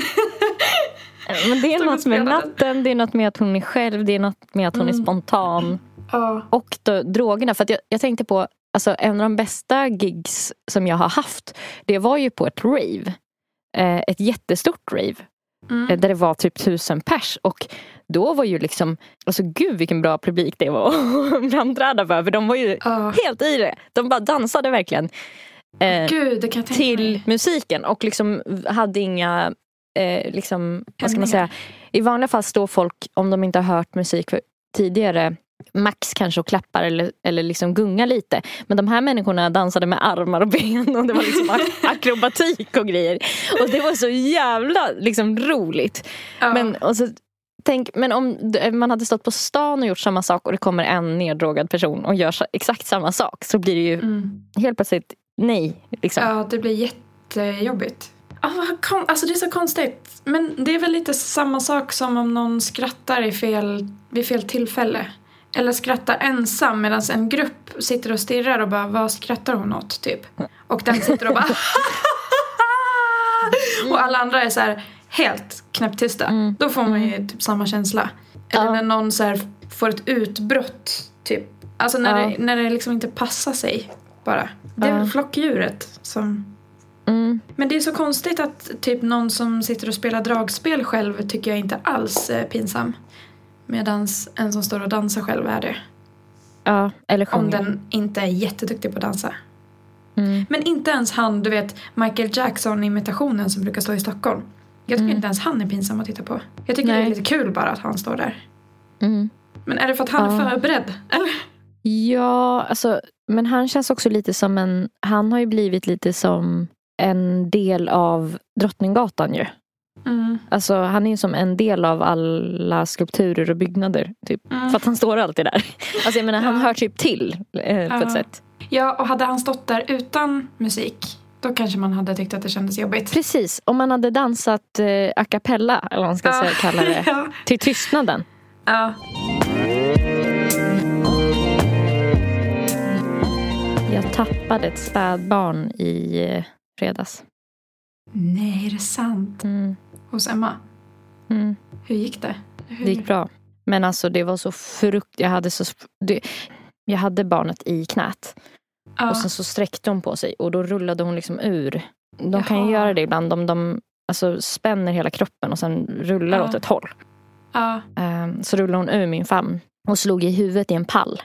Men det är något med natten, det är något med att hon är själv, det är något med att hon mm. är spontan. Uh. Och då, drogerna, för att jag, jag tänkte på, alltså en av de bästa gigs som jag har haft, det var ju på ett rave. Eh, ett jättestort rave. Mm. Eh, där det var typ tusen pers. Och då var ju liksom, alltså gud vilken bra publik det var att framträda för. För de var ju uh. helt i det. De bara dansade verkligen. Eh, gud, det kan jag tänka till mig. musiken. Och liksom hade inga, eh, liksom, vad ska man säga. I vanliga fall står folk, om de inte har hört musik för tidigare, max kanske och klappar eller, eller liksom gunga lite. Men de här människorna dansade med armar och ben och det var liksom ak- akrobatik och grejer. Och det var så jävla liksom roligt. Ja. Men, och så, tänk, men om man hade stått på stan och gjort samma sak och det kommer en neddrogad person och gör exakt samma sak, så blir det ju mm. helt plötsligt nej. Liksom. Ja, det blir jättejobbigt. Alltså det är så konstigt. Men det är väl lite samma sak som om någon skrattar i fel, vid fel tillfälle. Eller skrattar ensam medan en grupp sitter och stirrar och bara, vad skrattar hon åt typ? Och den sitter och bara och alla andra är så här helt knäpptysta. Mm. Då får man ju typ samma känsla. Eller ja. När någon så här får ett utbrott typ. Alltså när, ja. det, när det liksom inte passar sig bara. Det är väl flockdjuret som... Mm. Men det är så konstigt att typ någon som sitter och spelar dragspel själv tycker jag inte alls är pinsam. Medan en som står och dansar själv är det. Ja, eller sjunger. Om den inte är jätteduktig på att dansa. Mm. Men inte ens han, du vet, Michael Jackson-imitationen som brukar stå i Stockholm. Jag tycker mm. inte ens han är pinsam att titta på. Jag tycker Nej. det är lite kul bara att han står där. Mm. Men är det för att han ja. är förberedd? Eller? Ja, alltså, men han känns också lite som en... Han har ju blivit lite som en del av Drottninggatan ju. Mm. Alltså han är ju som en del av alla skulpturer och byggnader typ. Mm. För att han står alltid där. Alltså jag menar, ja. han hör typ till eh, på ja. ett sätt. Ja, och hade han stått där utan musik, då kanske man hade tyckt att det kändes jobbigt. Precis, om man hade dansat eh, a cappella, eller vad man ska ja. säga, kalla det, ja. till tystnaden. Ja. Jag tappade ett spädbarn i eh, fredags. Nej, är det sant? Mm. Hos Emma? Mm. Hur gick det? Hur... Det gick bra. Men alltså det var så frukt... Jag hade, så... det... jag hade barnet i knät. Ja. Och sen så sträckte hon på sig. Och då rullade hon liksom ur. De Jaha. kan ju göra det ibland. Om de alltså, spänner hela kroppen och sen rullar ja. åt ett håll. Ja. Um, så rullade hon ur min famn. Och slog i huvudet i en pall.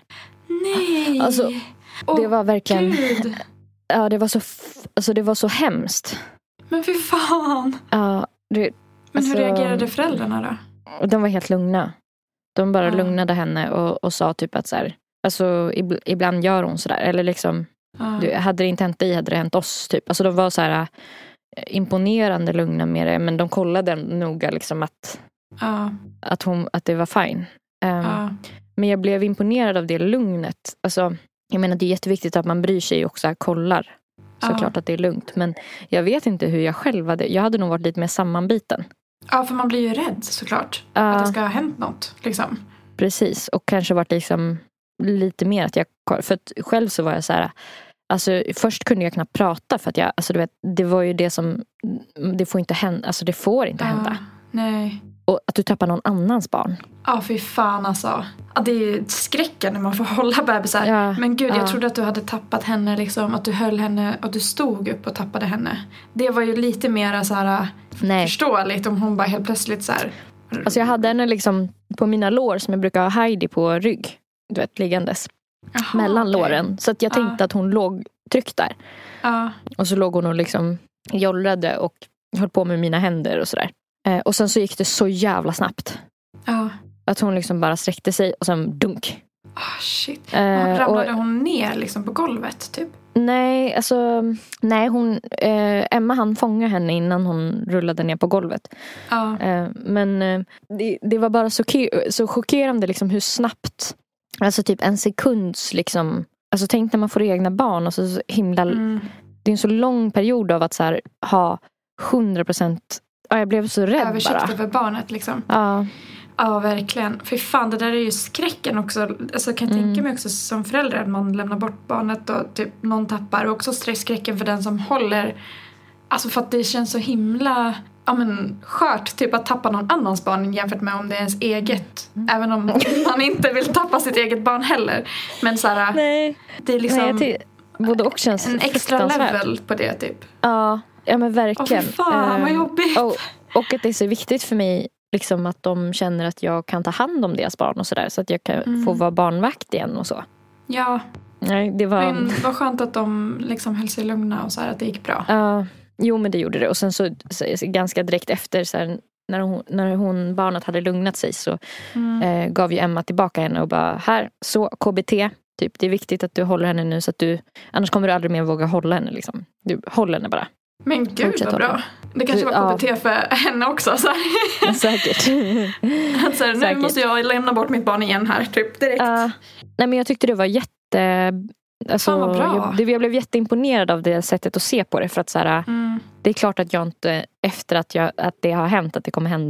Nej! Alltså, oh, det var verkligen... Gud. Ja, det var så... Alltså det var så hemskt. Men fy fan! Ja, det, Men alltså, hur reagerade föräldrarna då? De var helt lugna. De bara ja. lugnade henne och, och sa typ att så här, alltså ib- ibland gör hon sådär. Eller liksom, ja. du, hade det inte hänt dig hade det hänt oss typ. Alltså de var så här imponerande lugna med det. Men de kollade noga liksom att, ja. att, hon, att det var fine. Um, ja. Men jag blev imponerad av det lugnet. Alltså, jag menar det är jätteviktigt att man bryr sig och också kollar. Såklart ja. att det är lugnt. Men jag vet inte hur jag själv hade... Jag hade nog varit lite mer sammanbiten. Ja, för man blir ju rädd såklart. Uh, att det ska ha hänt något, liksom. Precis. Och kanske varit liksom lite mer att jag... För att själv så var jag så här... Alltså först kunde jag knappt prata för att jag... Alltså du vet, det var ju det som... Det får inte hända. Alltså det får inte uh, hända. Nej. Och att du tappar någon annans barn. Ja, fy fan alltså. Ja, det är ju skräcken när man får hålla bebisar. Ja, men gud, jag ja. trodde att du hade tappat henne liksom. Att du höll henne, att du stod upp och tappade henne. Det var ju lite mer så här Nej. förståeligt om hon bara helt plötsligt så här. Alltså jag hade henne liksom på mina lår som jag brukar ha Heidi på rygg. Du vet, liggandes. Aha, mellan okay. låren. Så att jag tänkte ja. att hon låg tryckt där. Ja. Och så låg hon och liksom jollrade och höll på med mina händer och sådär. Eh, och sen så gick det så jävla snabbt. Ja. Att hon liksom bara sträckte sig och sen dunk. Oh, shit. Eh, ramlade och, hon ner liksom på golvet typ? Nej, alltså nej, hon eh, Emma han fångade henne innan hon rullade ner på golvet. Ja. Eh, men eh, det, det var bara så, så chockerande liksom hur snabbt, alltså typ en sekunds liksom, alltså tänk när man får egna barn och så, så himla mm. det är en så lång period av att så här, ha hundra procent. Ja, jag blev så rädd översikt bara. över barnet liksom. Ja. Ja, verkligen. För fan, det där är ju skräcken också. Alltså kan jag mm. tänka mig också som förälder att man lämnar bort barnet och typ någon tappar. Och också skräcken för den som håller. Alltså för att det känns så himla ja, men, skört typ att tappa någon annans barn jämfört med om det är ens eget. Mm. Även om man inte vill tappa sitt eget barn heller. Men så här, nej. Det är liksom nej, ty- både och känns en extra level på det typ. Ja, ja men verkligen. Åh, fan, vad jobbigt. Och, och att det är så viktigt för mig liksom att de känner att jag kan ta hand om deras barn och sådär. Så att jag kan mm. få vara barnvakt igen och så. Ja. Nej, det var... Men vad skönt att de liksom höll sig lugna och så här, att det gick bra. Ja, uh, jo men det gjorde det. Och sen så, så ganska direkt efter så här, när, hon, när hon barnet hade lugnat sig så mm. eh, gav ju Emma tillbaka henne och bara här, så K B T. Typ, det är viktigt att du håller henne nu så att du, annars kommer du aldrig mer våga hålla henne liksom. Du håller henne bara. Men gud vad bra. Det kanske var K B T ja. för henne också. Så här. Säkert. Alltså, nu Säkert. måste jag lämna bort mitt barn igen här. Typ direkt. Uh, nej men jag tyckte det var jätte... Alltså, Fan vad bra. Jag, det, jag blev jätteimponerad av det sättet att se på det. För att så här, mm. det är klart att jag inte, efter att, jag, att det har hänt, att det kommer hända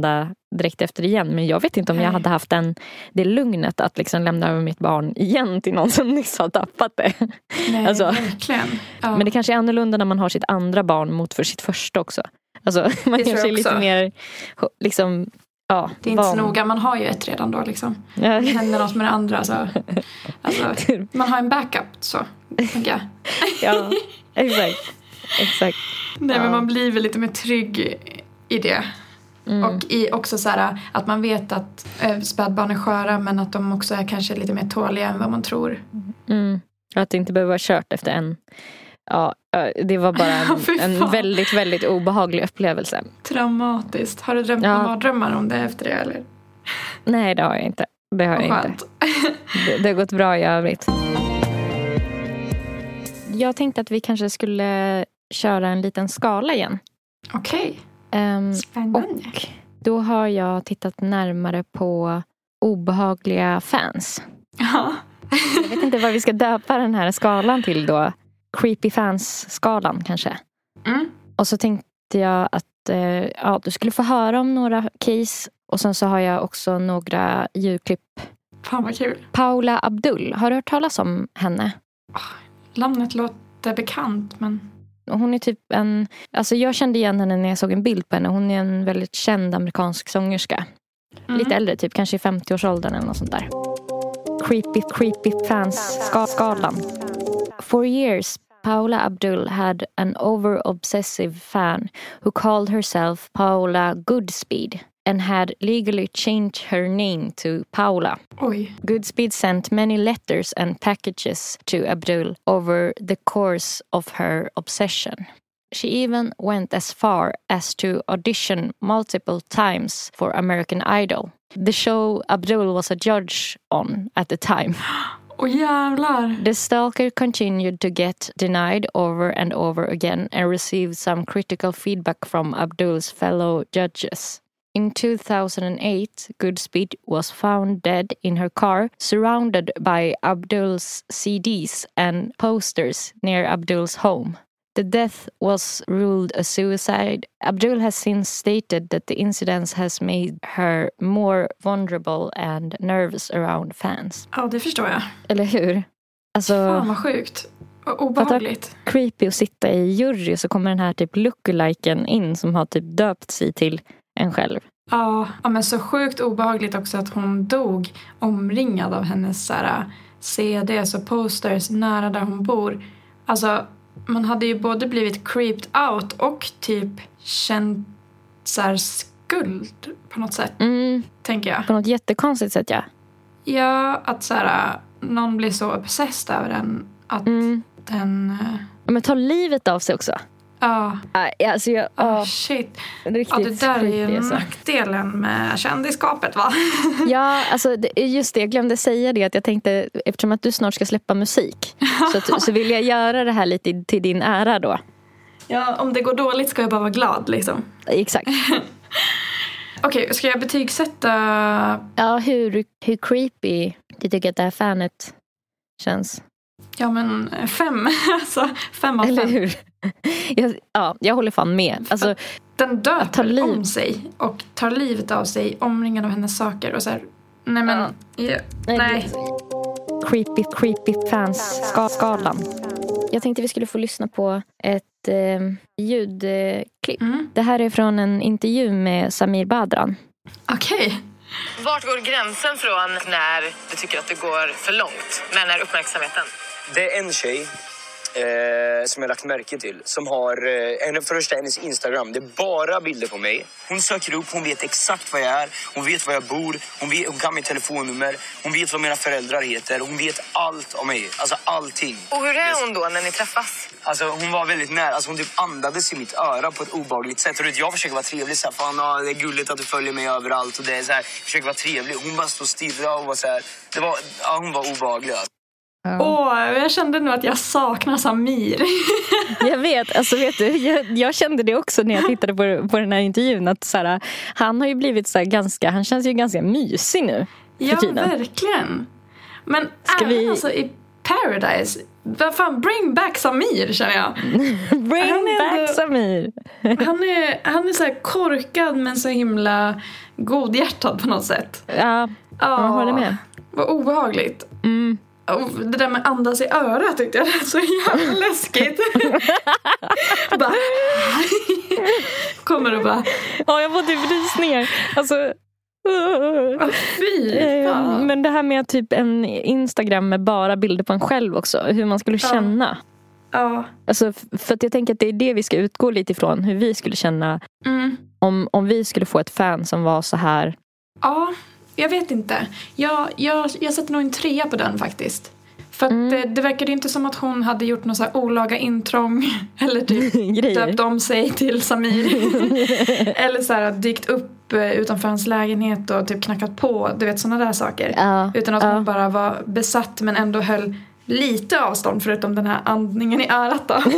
direkt efter igen. Men jag vet inte om Nej. jag hade haft den, det lugnet att liksom lämna över mitt barn igen till någon som nyss har tappat det. Nej, alltså, verkligen. Ja. Men det kanske är annorlunda när man har sitt andra barn mot för sitt första också. Alltså, man kanske är lite mer liksom, ja, det är inte van. så noga, man har ju ett redan då liksom. Ja. Det händer något med det andra så. Alltså, man har en backup så, tänker jag. Ja, exakt. Exakt. Nej, ja. men man blir väl lite mer trygg i det. Mm. Och i också så här, att man vet att äh, spädbarn är sköra, men att de också är kanske lite mer tåliga än vad man tror. Mm. Att det inte behöver vara kört efter en. Ja, det var bara en, en väldigt, väldigt obehaglig upplevelse. Traumatiskt. Har du drömt ja. några drömmar om det efter det, eller? Nej, det har jag inte. Det har jag inte. Det, det har gått bra i övrigt. Jag tänkte att vi kanske skulle köra en liten skala igen. Okej. Um, Spännande. Och då har jag tittat närmare på obehagliga fans. Ja. Jag vet inte vad vi ska döpa den här skalan till då. Creepy fans-skalan kanske. Mm. Och så tänkte jag att eh, ja, du skulle få höra om några case. Och sen så har jag också några ljudklipp. Fan vad kul. Paula Abdul, har du hört talas om henne? Oh, namnet låter bekant, men... Hon är typ en... Alltså jag kände igen henne när jag såg en bild på henne. Hon är en väldigt känd amerikansk sångerska. Mm. Lite äldre, typ kanske i femtioårsåldern eller något sånt där. Creepy, creepy fans-skalan. For years, Paula Abdul had an over-obsessive fan who called herself Paula Goodspeed and had legally changed her name to Paula. Oj. Goodspeed sent many letters and packages to Abdul over the course of her obsession. She even went as far as to audition multiple times for American Idol, the show Abdul was a judge on at the time. Åh jävlar! The stalker continued to get denied over and over again and received some critical feedback from Abdul's fellow judges. In two thousand eight, Goodspeed was found dead in her car, surrounded by Abdul's C Ds and posters near Abdul's home. The death was ruled a suicide. Abdul has since stated that the incident has made her more vulnerable and nervous around fans. Ja, det förstår jag. Eller hur? Alltså, fan vad sjukt. Obehagligt. Creepy att sitta i jury, så kommer den här typ lookaliken in som har typ döpt sig till en själv. Ja, ja, men så sjukt obehagligt också att hon dog omringad av hennes så här, C Ds och posters nära där hon bor. Alltså, man hade ju både blivit creeped out och typ känt så här skuld på något sätt, mm. tänker jag. På något jättekonstigt sätt, ja. Ja, att så här, någon blir så obsessed över den att mm. den... Men tar livet av sig också. Ja. Uh, alltså jag, uh, oh, shit. Det, ja, det där är ju alltså. nackdelen med kändiskapet, va? Ja, alltså det, just det. Jag glömde säga det, att jag tänkte, eftersom att du snart ska släppa musik så, att, så vill jag göra det här lite till din ära då. Ja, om det går dåligt ska jag bara vara glad, liksom. Exakt. Okej, okay, ska jag betygsätta... Ja, hur, hur creepy du tycker att det här fanet känns? Ja, men fem. Alltså, fem av fem. Eller hur? Jag, ja, jag håller fan med. Alltså, den döper liv. om sig och tar livet av sig, omringad av hennes saker och så här, nej men ja. Yeah, nej. nej. Creepy, creepy fans-skalan. Jag tänkte vi skulle få lyssna på ett eh, ljudklipp. Mm. Det här är från en intervju med Samir Badran. Okej. Okay. Vart går gränsen från när du tycker att det går för långt med den här uppmärksamheten? Det är en tjej eh, som jag lagt märke till som har, eh, en, först hennes Instagram, det är bara bilder på mig. Hon söker upp, hon vet exakt vad jag är, hon vet var jag bor, hon, vet, hon kan mitt telefonnummer, hon vet vad mina föräldrar heter, hon vet allt om mig, alltså allting. Och hur är hon då när ni träffas? Alltså hon var väldigt nära, alltså hon typ andades i mitt öra på ett obehagligt sätt. Och jag försöker vara trevlig så här, fan ja, det är gulligt att du följer mig överallt och det är så här, jag försöker vara trevlig. Hon bara stod stilla och var så här, det var, ja, hon var obehaglig alltså. Åh, oh, jag kände nog att jag saknar Samir. Jag vet, alltså vet du, jag, jag kände det också när jag tittade på, på den här intervjun, att så här, han har ju blivit så här ganska, han känns ju ganska mysig nu för ja, tiden. Verkligen. Men Ska även vi... alltså i Paradise, vad fan, bring back Samir, känner jag. Bring back ändå, Samir. han är, han är så här korkad men så himla godhjärtad på något sätt. Ja, jag håller med. Vad obehagligt. Mm. Och det där med andas i örat tyckte jag så jävla läskigt. bara, kommer och bara... Ja, jag får typ rysningar. Alltså... Oh, fy fan. Men det här med typ en Instagram med bara bilder på en själv också. Hur man skulle känna. Ja. Alltså, för att jag tänker att det är det vi ska utgå lite ifrån. Hur vi skulle känna mm. om, om vi skulle få ett fan som var så här. Ja, jag vet inte. Jag, jag, jag sätter nog en trea på den faktiskt. För att mm. det, det verkade inte som att hon hade gjort någon så här olaga intrång. Eller typ döpt om sig till Samir. Eller så här dykt upp utanför hans lägenhet och typ knackat på. Du vet, sådana där saker. Ja, utan att ja. hon bara var besatt men ändå höll lite avstånd förutom den här andningen i örat då.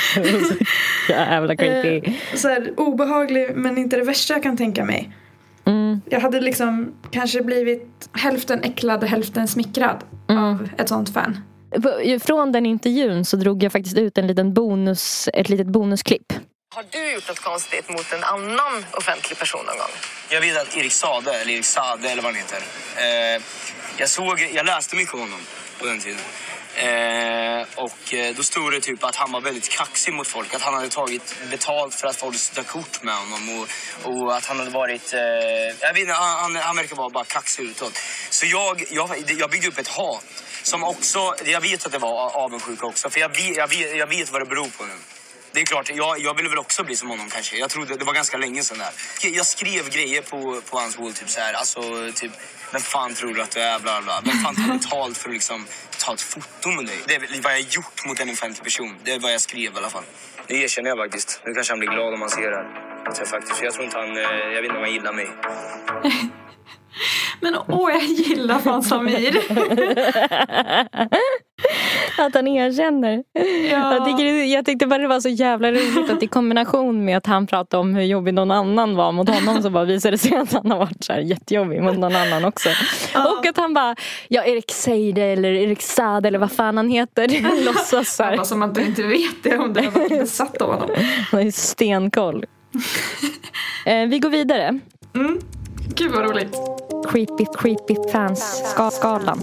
Jävla creepy. Så här, obehaglig men inte det värsta jag kan tänka mig. Mm. Jag hade liksom kanske blivit hälften äcklad, hälften smickrad mm. av ett sånt fan. Från den intervjun så drog jag faktiskt ut en liten bonus, ett litet bonusklipp. Har du gjort något konstigt mot en annan offentlig person någon gång? Jag vet att Erik Sade, eller Erik Sade eller vad han heter. Eh, jag såg, jag läste mycket om honom på den tiden. Eh, och då stod det typ att han var väldigt kaxig mot folk. Att han hade tagit betalt för att folk skulle ta kort med honom. Och, och att han hade varit... Eh, jag vet inte, han, han verkar vara bara kaxig utåt. Så jag, jag, jag byggde upp ett hat. Som också... Jag vet att det var avundsjuka också. För jag vet, jag vet, jag vet vad det beror på nu. Det är klart, jag, jag ville väl också bli som honom kanske. Jag trodde, det var ganska länge sedan där. Jag skrev grejer på, på hans wall typ så här. Alltså typ, vem fan tror du att du är, bla bla. Vem fan tar betalt för att liksom ta ett foto med dig? Det är vad jag gjort mot en offentlig person. Det är vad jag skrev i alla fall. Det erkänner jag faktiskt. Nu kanske han blir glad om han ser det. Så faktiskt, jag tror inte han, jag vet inte om han gillar mig. Men åh, jag gillar fan Samir. Att han erkänner. Ja. Jag, tycker, jag tyckte bara det var så jävla roligt att i kombination med att han pratade om hur jobbig någon annan var mot honom, så bara visade det sig att han har varit så här jättejobbig mot någon annan också. Ja. Och att han bara, ja, Erik Seide eller Erik Sade eller vad fan han heter. Låtsas så här. Bara som att du inte vet det, om du har varit besatt av honom. Han är stenkoll. eh, vi går vidare. Mm. Gud vad roligt. Creepy, creepy fans-skalan.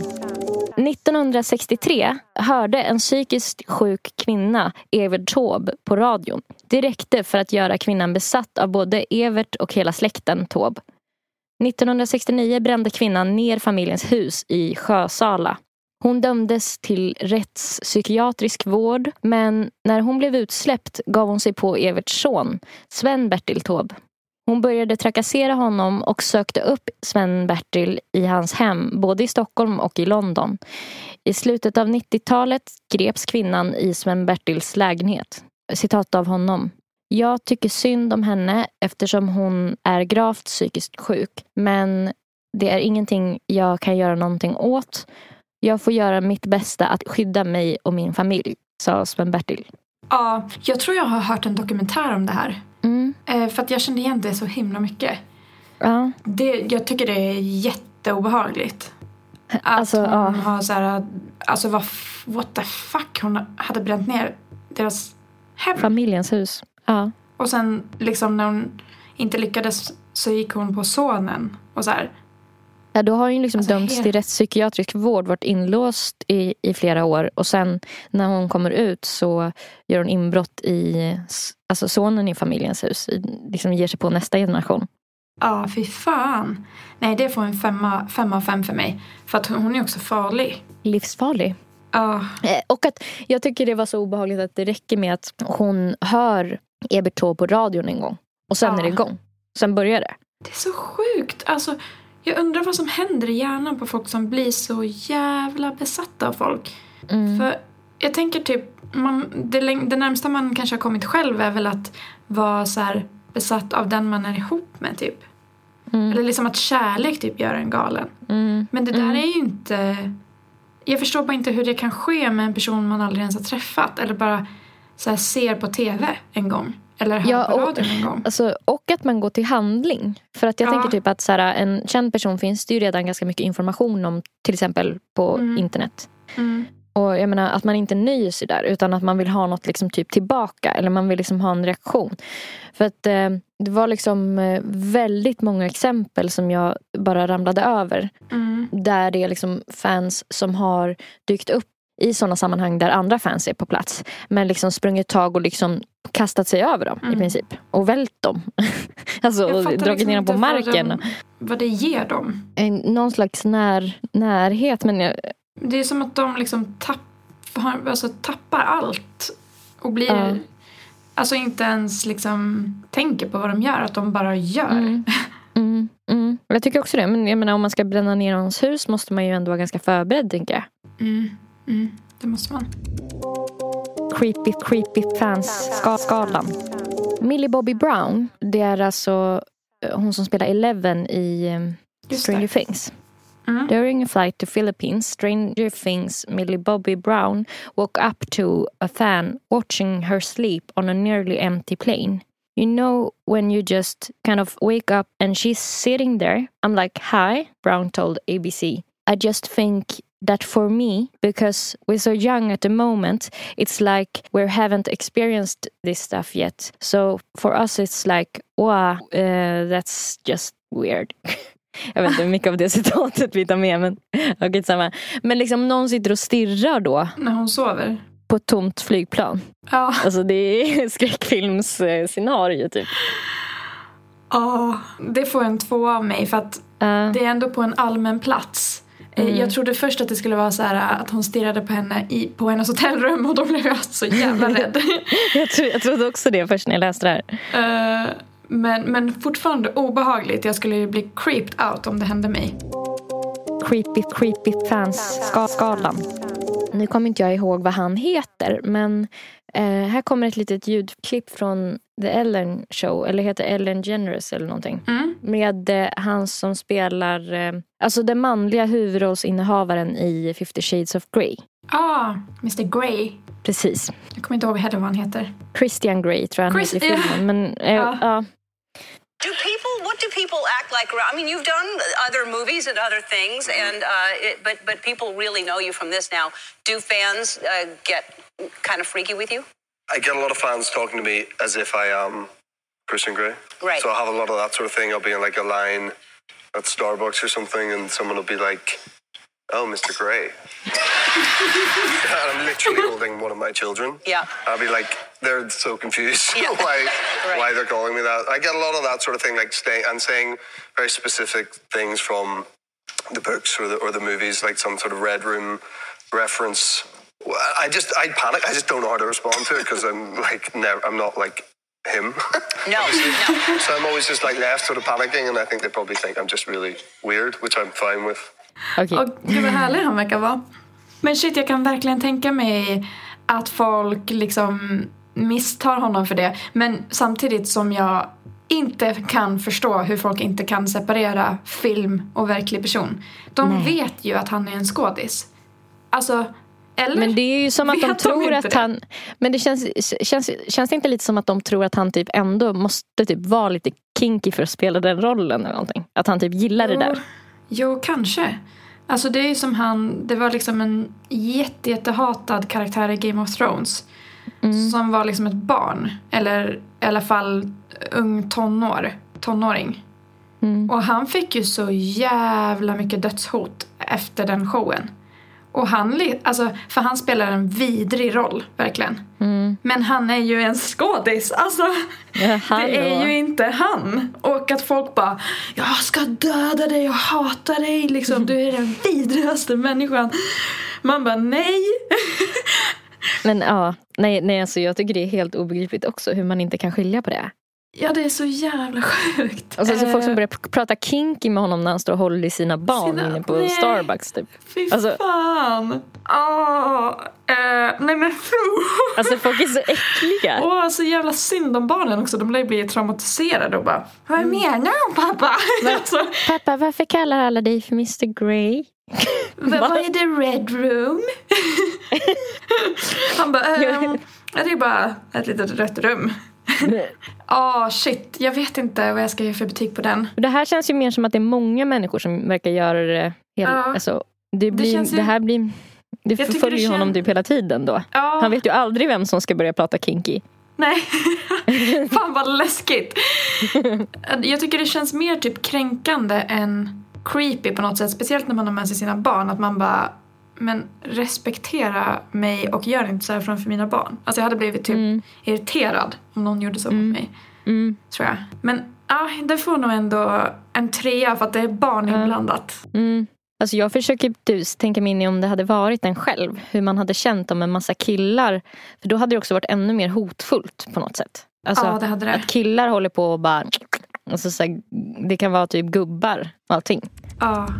nittonhundrasextiotre hörde en psykiskt sjuk kvinna, Evert Taube, på radion. Det räckte för att göra kvinnan besatt av både Evert och hela släkten Taube. nittonhundrasextionio brände kvinnan ner familjens hus i Sjösala. Hon dömdes till rättspsykiatrisk vård, men när hon blev utsläppt gav hon sig på Everts son, Sven-Bertil Taube. Hon började trakassera honom och sökte upp Sven-Bertil i hans hem, både i Stockholm och i London. I slutet av nittiotalet greps kvinnan i Sven-Bertils lägenhet. Citat av honom. Jag tycker synd om henne eftersom hon är gravt psykiskt sjuk. Men det är ingenting jag kan göra någonting åt. Jag får göra mitt bästa att skydda mig och min familj, sa Sven-Bertil. Ja, jag tror jag har hört en dokumentär om det här. Mm. Eh, för att jag kände igen det så himla mycket. Ja. Det, jag tycker det är jätteobehagligt. Att alltså, hon ja. har så här, alltså vad, what the fuck, hon hade bränt ner deras hem. Familjens hus, ja. Och sen liksom när hon inte lyckades så gick hon på sonen och så här. Ja, då har hon liksom alltså, dömts helt... till rättspsykiatrisk vård, varit inlåst i, i flera år. Och sen när hon kommer ut så gör hon inbrott i alltså sonen i familjens hus. Liksom ger sig på nästa generation. Ja, fy fan. Nej, det får en femma, femma av fem för mig. För att hon är också farlig. Livsfarlig. Ja. Och att jag tycker det var så obehagligt att det räcker med att hon hör Evert Taube på radion en gång. Och sen ja. är det igång. Sen börjar det. Det är så sjukt. Alltså... Jag undrar vad som händer i hjärnan på folk som blir så jävla besatta av folk. Mm. För jag tänker typ, man, det, det närmsta man kanske har kommit själv är väl att vara så här besatt av den man är ihop med typ. Mm. Eller liksom att kärlek typ gör en galen. Mm. Men det där mm. är ju inte... Jag förstår bara inte hur det kan ske med en person man aldrig ens har träffat. Eller bara så här ser på tv en gång. Eller hör ja, på radion en gång. Alltså, och att man går till handling. För att jag ja. tänker typ att så här, en känd person finns det ju redan ganska mycket information om. Till exempel på mm. internet. Mm. Och jag menar att man inte nöjer sig där, utan att man vill ha något liksom typ tillbaka, eller man vill liksom ha en reaktion. För att eh, det var liksom eh, väldigt många exempel som jag bara ramlade över. Mm. Där det är liksom fans som har dykt upp i sådana sammanhang där andra fans är på plats, men liksom sprungit tag och liksom kastat sig över dem mm. i princip. Och vält dem. Alltså och dragit liksom ner dem på marken. Vad, de, vad det ger dem. En, någon slags när, närhet. Men jag, det är som att de liksom tappar, alltså tappar allt. Och blir uh. alltså inte ens liksom tänker på vad de gör. Att de bara gör. Mm. Mm. Mm. Jag tycker också det. Men jag menar, om man ska bränna ner någons hus måste man ju ändå vara ganska förberedd, tänker jag. Mm. Mm. Det måste man. Creepy, creepy fans-skalan. Millie Bobby Brown, det är alltså hon som spelar Eleven i um, Stranger Things. Mm. During a flight to Philippines, Stranger Things Millie Bobby Brown woke up to a fan watching her sleep on a nearly empty plane. You know when you just kind of wake up and she's sitting there. I'm like, hi, Brown told A B C. I just think that for me, because we're so young at the moment, it's like we haven't experienced this stuff yet. So for us it's like, wow, uh, that's just weird. Jag vet inte hur mycket av det citatet vi tar med, men okay, samma. Men liksom någon sitter och stirrar då. När hon sover. På ett tomt flygplan. Ja. Alltså det är skräckfilmsscenario typ. Ja, det får en två av mig för att uh. det är ändå på en allmän plats. Mm. Jag trodde först att det skulle vara så här att hon stirrade på henne i, på hennes hotellrum, och då blev jag så jävla rädd. jag, tro, jag trodde också det först när jag läste det här. Uh, men, men fortfarande obehagligt. Jag skulle bli creeped out om det hände mig. Creepy, creepy fans-skalan. Nu kommer inte jag ihåg vad han heter, men eh, här kommer ett litet ljudklipp från The Ellen Show, eller heter Ellen DeGeneres eller någonting. Mm. Med eh, han som spelar, eh, alltså den manliga huvudrollsinnehavaren i Fifty Shades of Grey. Ah, mister Grey. Precis. Jag kommer inte ihåg heller vad han heter. Christian Grey tror jag han Chris- heter i filmen. Men, eh, ja. Ja. Do people? What do people act like? I mean, you've done other movies and other things, and uh, it, but but people really know you from this now. Do fans uh, get kind of freaky with you? I get a lot of fans talking to me as if I am Christian Grey. Right. So I have a lot of that sort of thing. I'll be in like a line at Starbucks or something, and someone will be like, "Oh, Mister Grey." And I'm literally holding one of my children. Yeah. I'll be like, they're so confused yeah. why right. why they're calling me that. I get a lot of that sort of thing, like staying and saying very specific things from the books or the or the movies, like some sort of Red Room reference. I just I panic. I just don't know how to respond to it because I'm like never. I'm not like him. No, no. So I'm always just like left sort of panicking, and I think they probably think I'm just really weird, which I'm fine with. Okay. Och gud vad härlig han verkar vara. Men shit, jag kan verkligen tänka mig att folk liksom misstar honom för det. Men samtidigt som jag inte kan förstå hur folk inte kan separera film och verklig person. De Nej. vet ju att han är en skådis. Alltså, eller? Men det är ju som att de tror att det? han... Men det känns, känns, känns det inte lite som att de tror att han typ ändå måste typ vara lite kinky för att spela den rollen eller någonting? Att han typ gillar jo, det där. Jo, kanske. Alltså det är som han... Det var liksom en jätte, jättehatad karaktär i Game of Thrones. Mm. Som var liksom ett barn. Eller i alla fall ung tonår, tonåring. Mm. Och han fick ju så jävla mycket dödshot efter den showen. Och han, alltså, för han spelar en vidrig roll, verkligen. Mm. Men han är ju en skådis, alltså. Ja, det är ju inte han. Och att folk bara, jag ska döda dig, jag hatar dig, liksom. Du är den vidrigaste människan. Man bara, nej. Men ja, nej, nej alltså, jag tycker det är helt obegripligt också hur man inte kan skilja på det. Ja, det är så jävla sjukt. Alltså så folk som börjar p- prata kinky med honom när han står och håller i sina barn sina... inne på nej. Starbucks typ. Fy alltså... fan. Åh, eh, nej men alltså folk är så äckliga. Åh, så jävla synd om barnen också. De lär bli traumatiserade och bara, vad menar du, pappa? Men, alltså... Pappa, varför kallar alla dig för mister Grey? Men vad är det, Red Room? Han bara, ehm, det är bara ett litet rött rum. Ja, oh, shit. Jag vet inte vad jag ska ge för betyg på den. Det här känns ju mer som att det är många människor som verkar göra det. Hela, ja. Alltså, det, blir, det, ju... det här blir... Det förföljer känns... honom typ hela tiden då. Ja. Han vet ju aldrig vem som ska börja prata kinky. Nej, fan vad läskigt. Jag tycker det känns mer typ kränkande än creepy på något sätt. Speciellt när man har med sig sina barn. Att man bara, men respektera mig och gör inte så här framför mina barn. Alltså jag hade blivit typ mm. irriterad om någon gjorde så mm. mot mig. Mm. Tror jag. Men ja, det får nog ändå en trea för att det är barn mm. inblandat. Mm. Alltså jag försöker tänka mig in i om det hade varit en själv. Hur man hade känt om en massa killar. För då hade det också varit ännu mer hotfullt på något sätt. Alltså ja, det hade det. Att killar håller på och bara... Alltså så här, det kan vara typ gubbar och allting. Ja.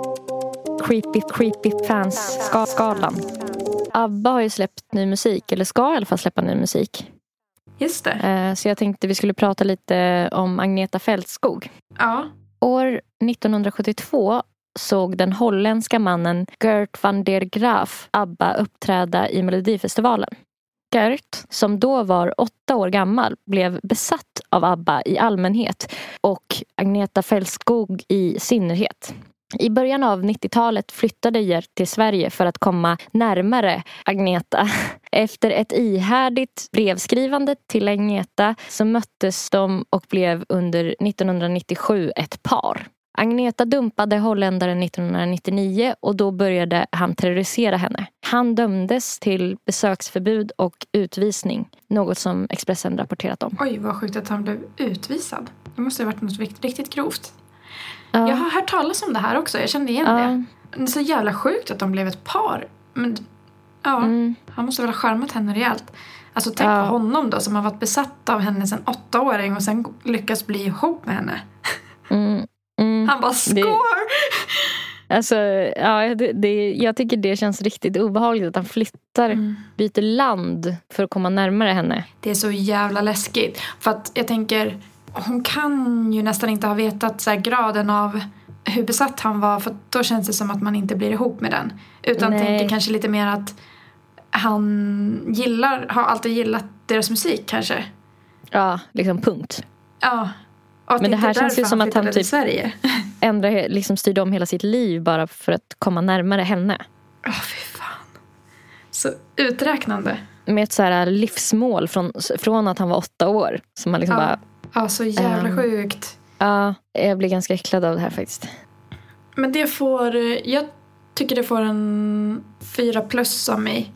Creepy, creepy fans ska, skalan. ABBA har ju släppt ny musik. Eller ska i alla fall släppa ny musik. Just det. Så jag tänkte vi skulle prata lite om Agneta Fältskog. Ja. År nittonhundrasjuttiotvå såg den holländska mannen Gert van der Graaf ABBA uppträda i Melodifestivalen. Gert, som då var åtta år gammal, blev besatt av ABBA i allmänhet och Agneta Fältskog i synnerhet. I början av nittiotalet flyttade Gert till Sverige för att komma närmare Agneta. Efter ett ihärdigt brevskrivande till Agneta så möttes de och blev under nittonhundranittiosju ett par. Agneta dumpade holländaren nittonhundranittionio och då började han terrorisera henne. Han dömdes till besöksförbud och utvisning, något som Expressen rapporterat om. Oj, vad sjukt att han blev utvisad. Det måste ha varit något riktigt grovt. Ja. Jag har hört talas om det här också, jag kände igen ja. det. Det är så jävla sjukt att de blev ett par. Men ja, mm. han måste väl ha charmat henne rejält. Alltså tänk ja. på honom då som har varit besatt av henne sedan åttaåring och sen lyckas bli ihop med henne. Mm. Mm, han bara skår. Det, alltså, ja, det, det, jag tycker det känns riktigt obehagligt att han flyttar, mm. byter land för att komma närmare henne. Det är så jävla läskigt. För att jag tänker, hon kan ju nästan inte ha vetat så här, graden av hur besatt han var. För då känns det som att man inte blir ihop med den. Utan Nej. tänker kanske lite mer att han gillar, har alltid gillat deras musik kanske. Ja, liksom punkt. Ja. Men det här känns ju som att han typ ändrar, liksom styrde om hela sitt liv bara för att komma närmare henne. Åh, oh, fy fan. Så uträknande. Med ett så här livsmål från, från att han var åtta år. Som man liksom ja. bara... Ja, så jävla um, sjukt. Ja, jag blir ganska äcklad av det här faktiskt. Men det får... Jag tycker det får en fyra plus av mig.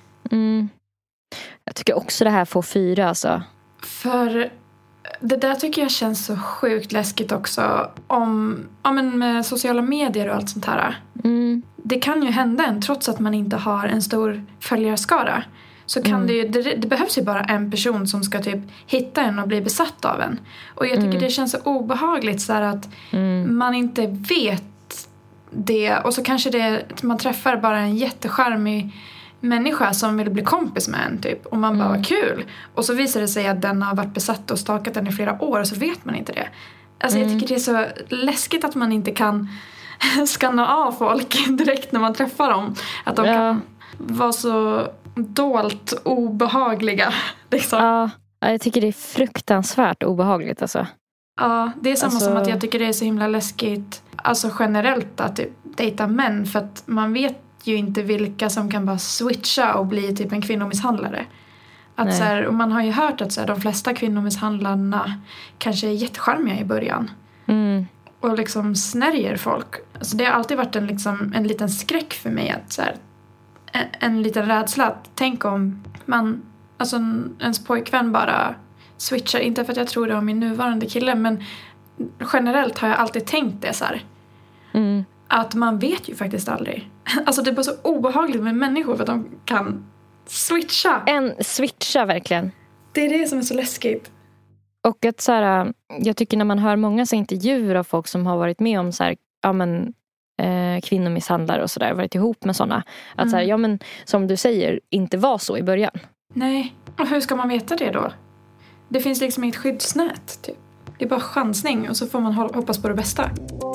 Mm. Jag tycker också det här får fyra, alltså. För... Det där tycker jag känns så sjukt läskigt också. Om, ja, men med sociala medier och allt sånt här. Mm. Det kan ju hända en trots att man inte har en stor följarskara. Så kan mm. det ju, det, det behövs ju bara en person som ska typ hitta en och bli besatt av en. Och jag tycker mm. det känns så obehagligt så här att mm. man inte vet det. Och så kanske det, man träffar bara en jättecharmig människa som vill bli kompis med en typ. Och man bara, mm. vad kul. Och så visar det sig att den har varit besatt och stakat den i flera år. Och så vet man inte det. Alltså mm. jag tycker det är så läskigt att man inte kan skanna av folk direkt när man träffar dem. Att de ja. kan vara så dolt obehagliga. Liksom. Ja, jag tycker det är fruktansvärt obehagligt alltså. Ja, det är samma alltså... som att jag tycker det är så himla läskigt. Alltså generellt att typ, dejta män. För att man vet ju inte vilka som kan bara switcha och bli typ en kvinnomisshandlare. Att så här, och man har ju hört att så här, de flesta kvinnomisshandlarna kanske är jättecharmiga i början. Mm. Och liksom snärjer folk. Alltså det har alltid varit en, liksom, en liten skräck för mig. Att så här, en, en liten rädsla. Att tänk om man, alltså ens pojkvän bara switchar. Inte för att jag tror det om min nuvarande kille. Men generellt har jag alltid tänkt det så här. Mm. Att man vet ju faktiskt aldrig. Alltså det är bara så obehagligt med människor för att de kan switcha. En switcha verkligen. Det är det som är så läskigt. Och att så här, jag tycker när man hör många så intervjuer av folk som har varit med om så här, ja men eh, kvinnomisshandlare och sådär, varit ihop med sådana. Att mm. så här, ja men som du säger, inte var så i början. Nej, och hur ska man veta det då? Det finns liksom inget skyddsnät typ. Det är bara chansning och så får man hoppas på det bästa.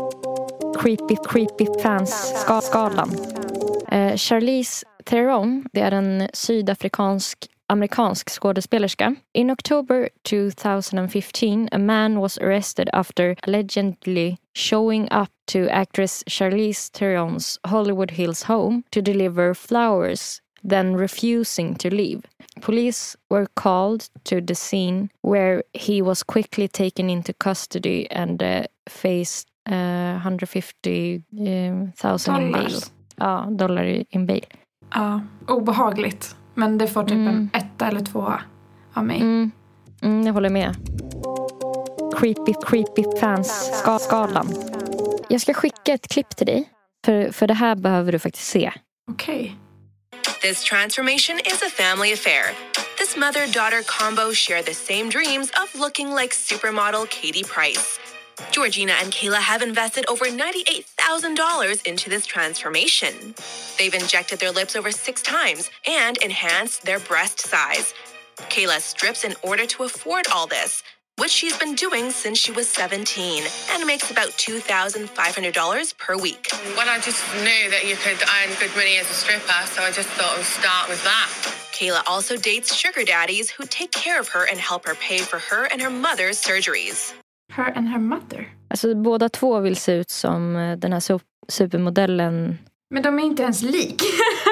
Creepy, creepy fans ska, skalan. Eh, Charlize Theron, det är en sydafrikansk amerikansk skådespelerska. In October twenty fifteen, a man was arrested after allegedly showing up to actress Charlize Theron's Hollywood Hills home to deliver flowers, then refusing to leave. Police were called to the scene where he was quickly taken into custody and uh, faced uh, one hundred fifty thousand in bail. Ja, dollar in bail. Ja, obehagligt. Men det får typ mm. en etta eller två av mig. Mm. Mm, jag håller med. Creepy, creepy fans ska skalan. Jag ska skicka ett klipp till dig. För, för det här behöver du faktiskt se. Okej. Okay. This transformation is a family affair. This mother-daughter combo share the same dreams of looking like supermodel Katie Price. Georgina and Kayla have invested over ninety-eight thousand dollars into this transformation. They've injected their lips over six times and enhanced their breast size. Kayla strips in order to afford all this, which she's been doing since she was seventeen and makes about two thousand five hundred dollars per week. Well, I just knew that you could earn good money as a stripper, so I just thought I'd start with that. Kayla also dates sugar daddies who take care of her and help her pay for her and her mother's surgeries. Her and her mother? Alltså båda två vill se ut som den här supermodellen. Men de är inte ens lik.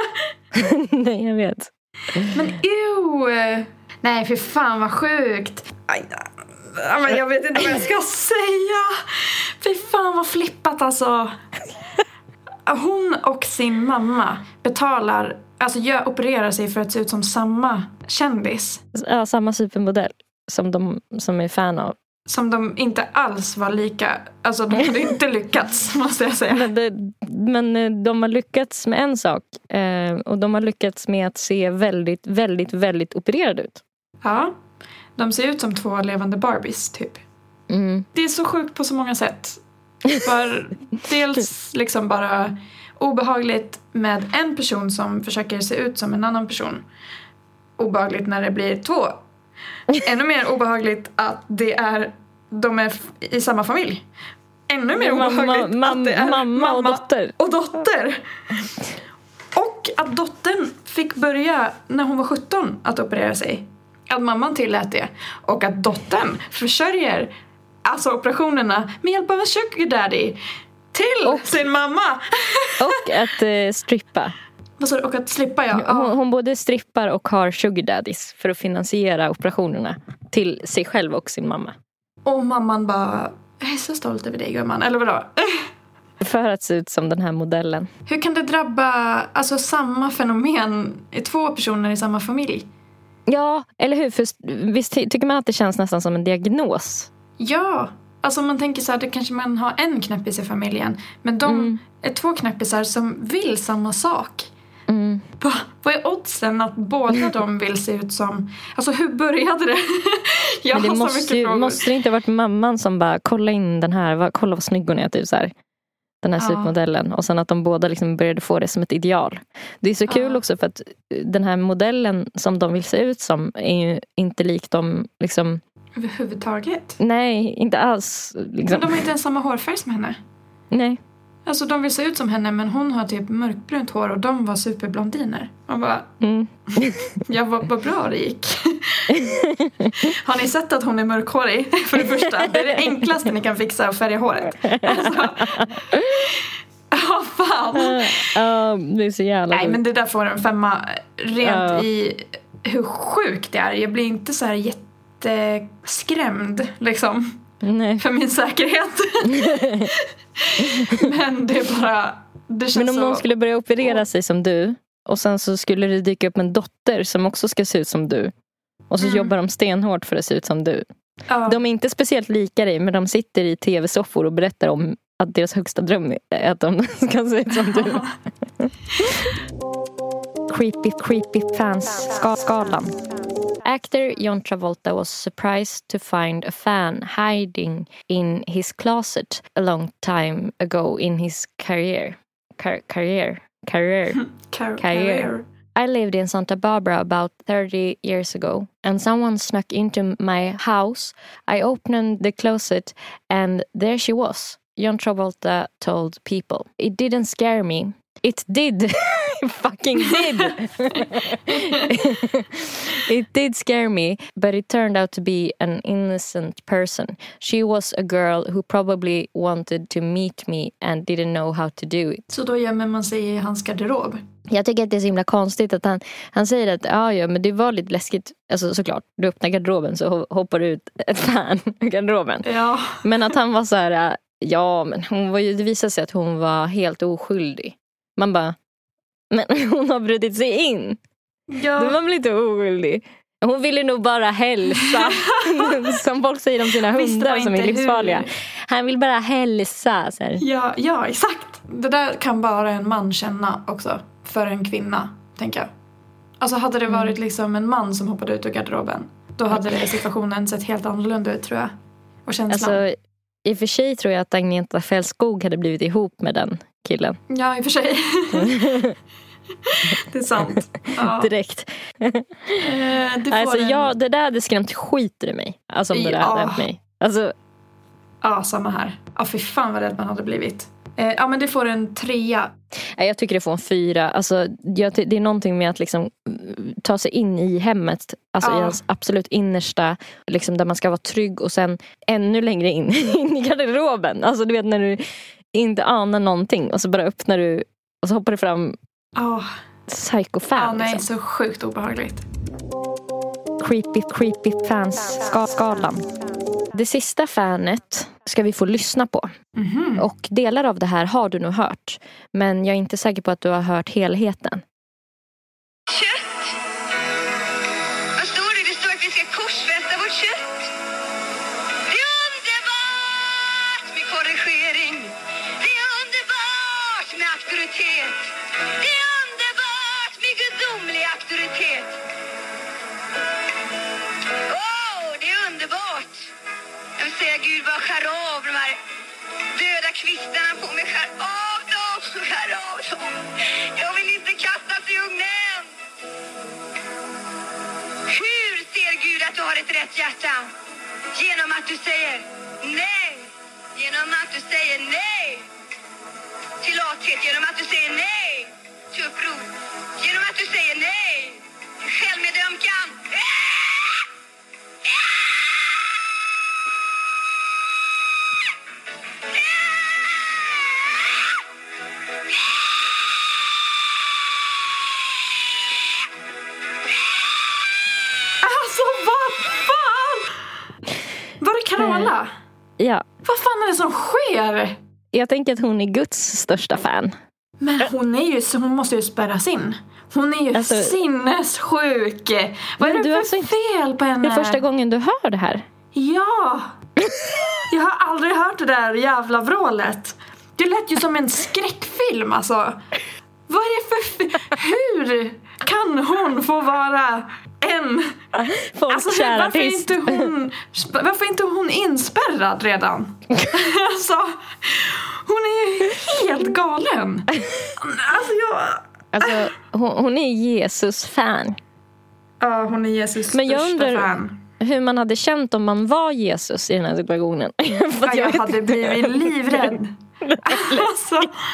Nej, jag vet. Men ew! Nej, för fan vad sjukt. Aj, men jag vet inte vad jag ska säga. Fy fan vad flippat alltså. Hon och sin mamma betalar, alltså jag opererar sig för att se ut som samma kändis. Ja, samma supermodell som de som är fan av. Som de inte alls var lika. Alltså de hade inte lyckats, måste jag säga. Men, det, men de har lyckats med en sak. Eh, och de har lyckats med att se väldigt, väldigt, väldigt opererade ut. Ja, de ser ut som två levande Barbies typ. Mm. Det är så sjukt på så många sätt. För dels liksom bara obehagligt med en person som försöker se ut som en annan person. Obehagligt när det blir två. Ännu mer obehagligt att det är de är i samma familj. Ännu mer obehagligt mamma, att det är mamma och dotter. Och dotter. Och att dottern fick börja när hon var sjutton att operera sig. Att mamman tillät det. Och att dottern försörjer alltså operationerna med hjälp av en sugar daddy till och, sin mamma. Och att eh, strippa. Och att slippa, ja. ja. Hon, hon både strippar och har sugar daddies för att finansiera operationerna till sig själv och sin mamma. Och mamman bara, jag är så stolt över dig, gumman. Eller vadå? För att se ut som den här modellen. Hur kan det drabba alltså samma fenomen i två personer i samma familj? Ja, eller hur? För visst tycker man att det känns nästan som en diagnos? Ja, alltså man tänker så här, det kanske man har en knäppis i familjen. Men de mm. är två knäppisar som vill samma sak. Mm. Va, vad är oddsen att båda de vill se ut som... Alltså hur började det? Jag Men det har så måste, mycket ju, frågor. måste det inte ha varit mamman som bara kolla in den här, va, kolla vad snygg hon är typ så här. Den här ja. supermodellen. Och sen att de båda liksom började få det som ett ideal. Det är så kul ja. också för att den här modellen som de vill se ut som är ju inte lik dem liksom... Överhuvudtaget? Nej, inte alls. Liksom. Men de har inte ens samma hårfärg som henne. Nej. Alltså de vill se ut som henne, men hon har typ mörkbrunt hår och de var superblondiner. Man bara, mm. ja vad, vad bra det gick. Har ni sett att hon är mörkhårig? För det första, det är det enklaste ni kan fixa att färga håret. Alltså, ja, fan. Ja, det är så jävla. Nej, men det där får en femma rent uh. i hur sjukt det är. Jag blir inte så här jätteskrämd, liksom. Nej. För min säkerhet. Men det är bara det känns Men om så... någon skulle börja operera sig som du och sen så skulle det dyka upp en dotter som också ska se ut som du och så mm. jobbar de stenhårt för att se ut som du. Ja. De är inte speciellt lika dig, men de sitter i tv-soffor och berättar om att deras högsta dröm är att de ska se ut som du. Creepy, creepy fans ska skalan. Actor John Travolta was surprised to find a fan hiding in his closet a long time ago in his career. Car- career. Career. Car- career. career. I lived in Santa Barbara about thirty years ago, and someone snuck into my house. I opened the closet, and there she was. John Travolta told People. It didn't scare me. It did. It fucking did. It did scare me, but it turned out to be an innocent person. She was a girl who probably wanted to meet me and didn't know how to do it. Så då gömmer man sig i hans garderob? Jag tycker att det är så himla konstigt att han, han säger att ja, ja, men det var lite läskigt. Alltså såklart, du öppnar garderoben så hoppar ut ett fan i garderoben. Ja. Men att han var så här, ja, men hon var ju, det visade sig att hon var helt oskyldig. Man bara, men hon har brutit sig in. Ja. Då var man lite oskyldig. Hon ville nog bara hälsa. Som folk säger om sina hundar som är livsfarliga. Hur. Han vill bara hälsa. Så här. Ja, ja, exakt. Det där kan bara en man känna också. För en kvinna, tänker jag. Alltså hade det varit mm. liksom en man som hoppade ut ur garderoben. Då hade det situationen sett helt annorlunda ut, tror jag. Och känslan. Alltså, i och för sig tror jag att Agneta Fältskog hade blivit ihop med den killen. Ja, i och för sig. Det är sant. Ja. Direkt. Eh, alltså, en... ja, det där hade skrämt skit i mig. Alltså om det där ja. hade hänt mig. Alltså... Ja, samma här. Ja, fy fan vad rädd man hade blivit. Eh, ja, men det får en trea. Jag tycker det får en fyra. Alltså, jag, det är någonting med att liksom ta sig in i hemmet. Alltså ja. i hans absolut innersta. Liksom, där man ska vara trygg. Och sen ännu längre in, in i garderoben. Alltså du vet när du inte anar någonting. Och så bara öppnar du. Och så hoppar du fram. Oh. Psycho-fan. Ja, nej, liksom. Så sjukt obehagligt. Creepy, creepy fans-skalan. Det sista fanet ska vi få lyssna på. Mm-hmm. Och delar av det här har du nog hört. Men jag är inte säker på att du har hört helheten. Kött! Vad står det? Det står att vi ska korsfästa vårt kött. Det är underbart med korrigering. Det är underbart med auktoritet. Det är underbart med gudomlig auktoritet. Åh, oh, det är underbart. Jag vill säga Gud, bara skär av de här döda kvistarna på mig. Skär av dem, skär av dem. Jag vill inte kastas i ugnen. Hur ser Gud att du har ett rätt hjärta? Genom att du säger nej. Genom att du säger nej till lathet. Genom att du säger nej till uppror. Genom att du säger nej till självmedömkan. Alltså vad fan? Var det Carola? Ja. Vad fan är det som sker? Jag tänker att hon är Guds största fan. Men hon är ju så hon måste ju spärras in. Hon är ju alltså, sinnessjuk. Vad är det för alltså fel på henne? Det är första gången du hör det här. Ja. Jag har aldrig hört det där jävla vrålet. Det lät ju som en skräckfilm alltså. Vad är det för f- hur kan hon få vara en alltså, varför inte hon varför inte hon inspärrad redan? Alltså hon är ju helt galen. Alltså jag alltså hon, hon är Jesus fan. Ja, hon är Jesus Men jag största undrar fan. Hur man hade känt om man var Jesus i den här situationen. För jag, jag hade blivit livrädd. Alltså,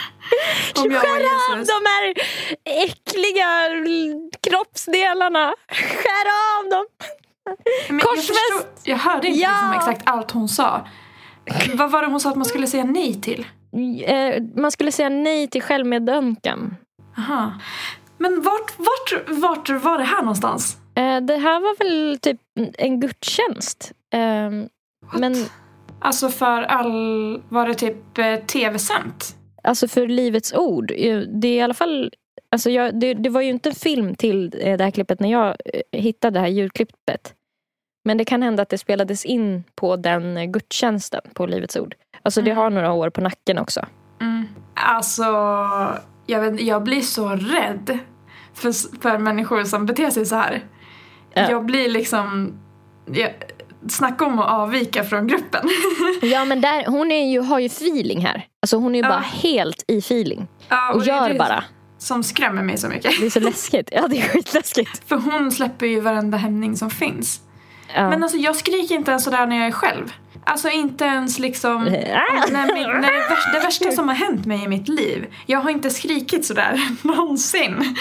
om jag skär av de här äckliga kroppsdelarna. Skär av dem. Men jag, förstod, jag hörde inte ja. liksom exakt allt hon sa. Vad var det hon sa att man skulle säga nej till? Man skulle säga nej till självmedömkan. Aha. Men vart, vart, vart var det här någonstans? Det här var väl typ en gudstjänst. What? Men alltså för all var det typ tv-sänt? Alltså för Livets ord. Det är i alla fall alltså jag, det, det var ju inte en film till det här klippet när jag hittade det här ljudklippet. Men det kan hända att det spelades in på den gudstjänsten på Livets ord. Alltså mm. det har några år på nacken också. Mm. Alltså jag vet, jag blir så rädd för, för människor som beter sig så här. Ja. Jag blir liksom jag, snacka om att avvika från gruppen. Ja, men där, hon är ju, har ju feeling här. Alltså hon är ju ja. bara helt i feeling. Ja, och, och gör det bara. Som skrämmer mig så mycket. Det är så läskigt. Ja, det är skitläskigt. För hon släpper ju varenda hämning som finns. Ja. Men alltså jag skriker inte ens sådär när jag är själv. Alltså inte ens liksom när, när det, värsta, det värsta som har hänt mig i mitt liv. Jag har inte skrikit sådär någonsin.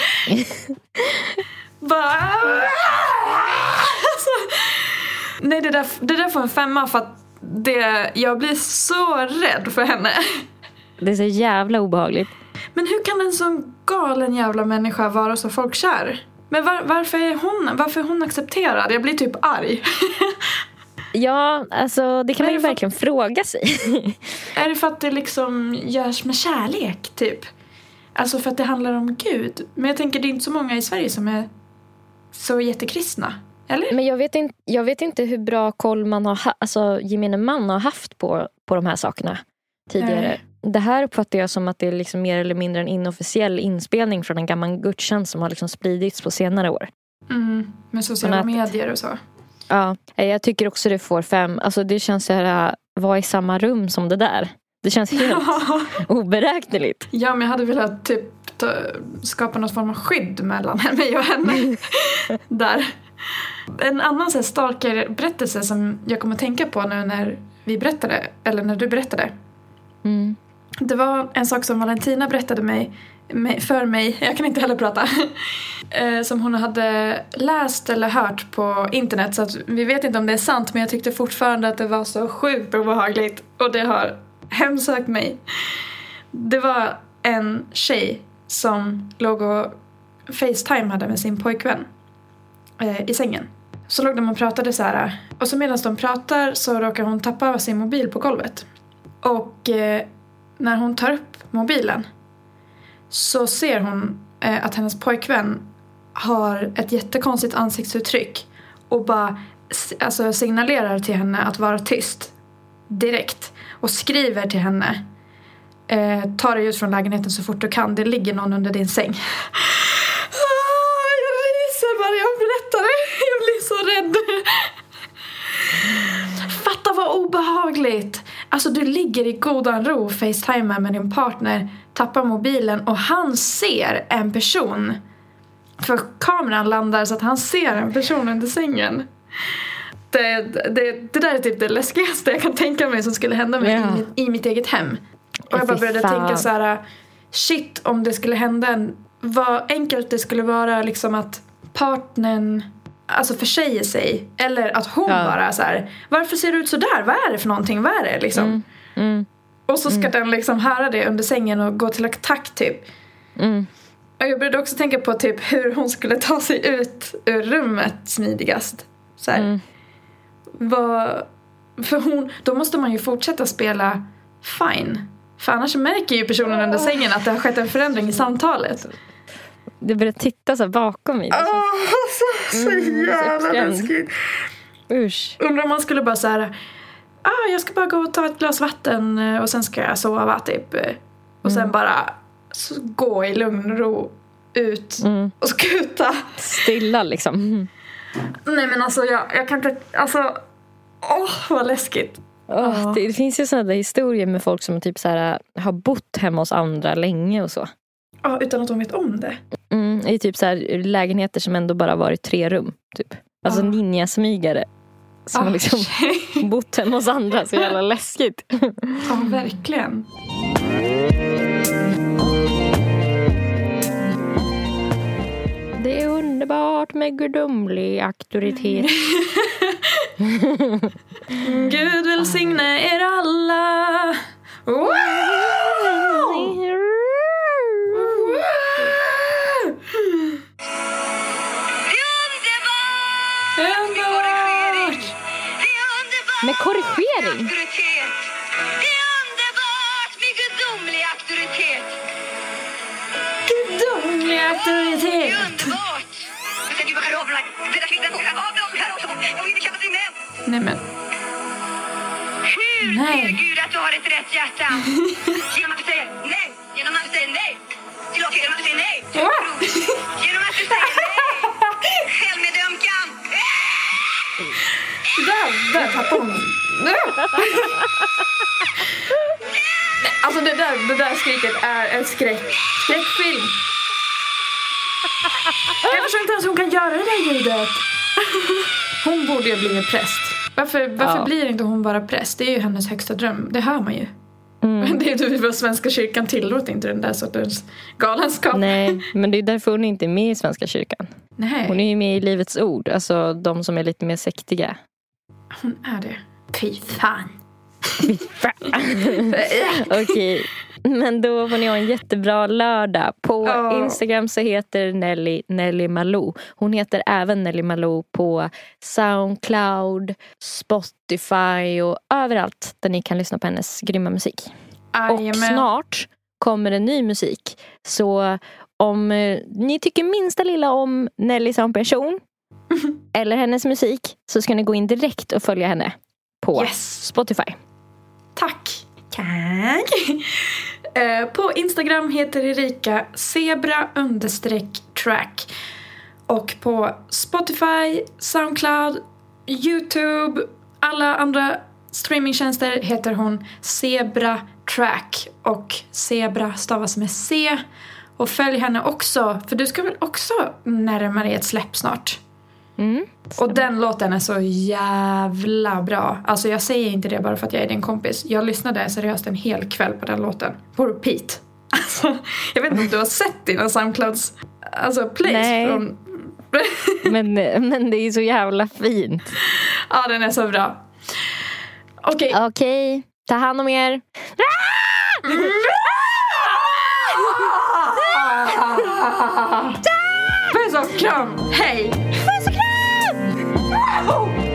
Bara alltså, nej, det där, det där får en femma för att det, jag blir så rädd för henne. Det är så jävla obehagligt. Men hur kan en sån galen jävla människa vara så folkkär? Men var, varför är hon varför är hon accepterad? Jag blir typ arg. Ja, alltså det kan man ju för, verkligen fråga sig. Är det för att det liksom görs med kärlek typ? Alltså för att det handlar om Gud. Men jag tänker det är inte så många i Sverige som är så jättekristna. Eller? Men jag vet inte, jag vet inte hur bra koll man har, alltså gemene man har haft på, på de här sakerna tidigare. Nej. Det här uppfattar jag som att det är liksom mer eller mindre en inofficiell inspelning från en gammal gudstjänst som har liksom spridits på senare år. Mm, med sociala att, medier och så. Ja, jag tycker också det får fem. Alltså det känns så här, vara i samma rum som det där. Det känns helt oberäkneligt. Ja, men jag hade velat typ ta, skapa något form av skydd mellan mig och henne. Där. En annan så här stalker-berättelse som jag kommer att tänka på nu när vi berättade, eller när du berättade. Mm. Det var en sak som Valentina berättade mig, för mig, jag kan inte heller prata, som hon hade läst eller hört på internet. Så att vi vet inte om det är sant, men jag tyckte fortfarande att det var så sjukt obehagligt. Och det har hemsökt mig. Det var en tjej som låg och FaceTime-hade med sin pojkvän eh, i sängen. Så låg de och pratade så här. Och så medan de pratar så råkar hon tappa sin mobil på golvet. Och eh, när hon tar upp mobilen så ser hon eh, att hennes pojkvän har ett jättekonstigt ansiktsuttryck. Och bara alltså, signalerar till henne att vara tyst direkt. Och skriver till henne. Eh, ta dig ut från lägenheten så fort du kan. Det ligger någon under din säng. Ah, jag ryser bara jag berättar det. Jag blir så rädd. Fatta vad obehagligt. Alltså du ligger i godan ro, FaceTime med din partner, tappar mobilen och han ser en person. För kameran landar så att han ser en person under sängen. Det, det, det där är typ det läskigaste jag kan tänka mig som skulle hända mig yeah. i, mitt, i mitt eget hem. Och jag bara började tänka så här: shit, om det skulle hända en, vad enkelt det skulle vara liksom att partnern alltså försäger sig. Eller att hon ja. bara så här: varför ser du ut så där? Vad är det för någonting? Vad är det liksom? Mm. Mm. Och så ska mm. den liksom höra det under sängen och gå till attack typ. Mm. Och jag började också tänka på typ hur hon skulle ta sig ut ur rummet smidigast. Så här. Mm. Vad, för hon, då måste man ju fortsätta spela fine. För annars märker ju personen under sängen att det har skett en förändring i samtalet. Du börjar titta så här bakom mig. Åh, oh, så, så mm, jävla läskigt. Usch. Undrar om man skulle bara så här: ah, jag ska bara gå och ta ett glas vatten och sen ska jag sova typ. Och sen mm. bara så gå i lugn och ro ut mm. och skuta. Stilla liksom. Mm. Nej men alltså jag, jag kan inte, alltså åh oh, vad läskigt. Oh, det, det finns ju sådana historier med folk som typ så här har bott hemma hos andra länge och så. Ja, utan att de vet om det. Mm, i typ så här lägenheter som ändå bara varit tre rum typ. Alltså oh. ninja-smygare som oh, har liksom tjej. bott hemma hos andra. Så jävla läskigt. Ja, verkligen. Det är underbart med gudomlig auktoritet. Gud välsigne er alla. Wow! Med korrigering? Det är underbart med gudomlig auktoritet. Gudomlig auktoritet. Det är underbart. Jag tänker bara av det där fittan av dem här också. Jag vill inte kalla sig med. Nej men. Hur ser Gud att du har ett rätt hjärta? Genom att du säger nej. Genom att du säger nej. Förlåt, genom att du säger nej. Genom att du säger nej. Självmedömkan. Där, där tappade hon. Alltså det där, det där skriket är en skräck. Skräckfilm. Jag förstår inte ens hon kan göra det där ljudet. Hon borde ju bli en präst. Varför, varför ja. blir inte hon bara präst? Det är ju hennes högsta dröm. Det hör man ju. Mm. Det är ju vad Svenska kyrkan tillåter inte den där sortens galenskap. Nej, men det är därför hon inte är med i Svenska kyrkan. Nej. Hon är ju med i Livets ord. Alltså de som är lite mer sektiga. Hon är det. Fy fan. Fy fan. Okej. Men då får ni ha en jättebra lördag. På oh. Instagram så heter Nelly Nelly Malou. Hon heter även Nelly Malou på Soundcloud, Spotify och överallt där ni kan lyssna på hennes grymma musik. Ajamän. Och snart kommer en ny musik. Så om eh, ni tycker minsta lilla om Nelly som person eller hennes musik, så ska ni gå in direkt och följa henne på yes. Spotify. Tack. Tack. eh, på Instagram heter Erika zebra understreck track. Och på Spotify, Soundcloud, YouTube, alla andra streamingtjänster heter hon Zebra Track. Och Zebra stavas med C. Och följ henne också, för du ska väl också närma dig ett släpp snart. Mm, och den låten är så jävla bra. Alltså jag säger inte det bara för att jag är din kompis. Jag lyssnade seriöst en hel kväll på den låten. På repeat. Alltså, jag vet inte om du har sett dina Soundclouds alltså plays. Nej. Från... men, men det är så jävla fint. Ja, den är så bra. Okej. Okay. Okej, okay. Ta hand om er. Puss och kram. Hej. Puss och kram.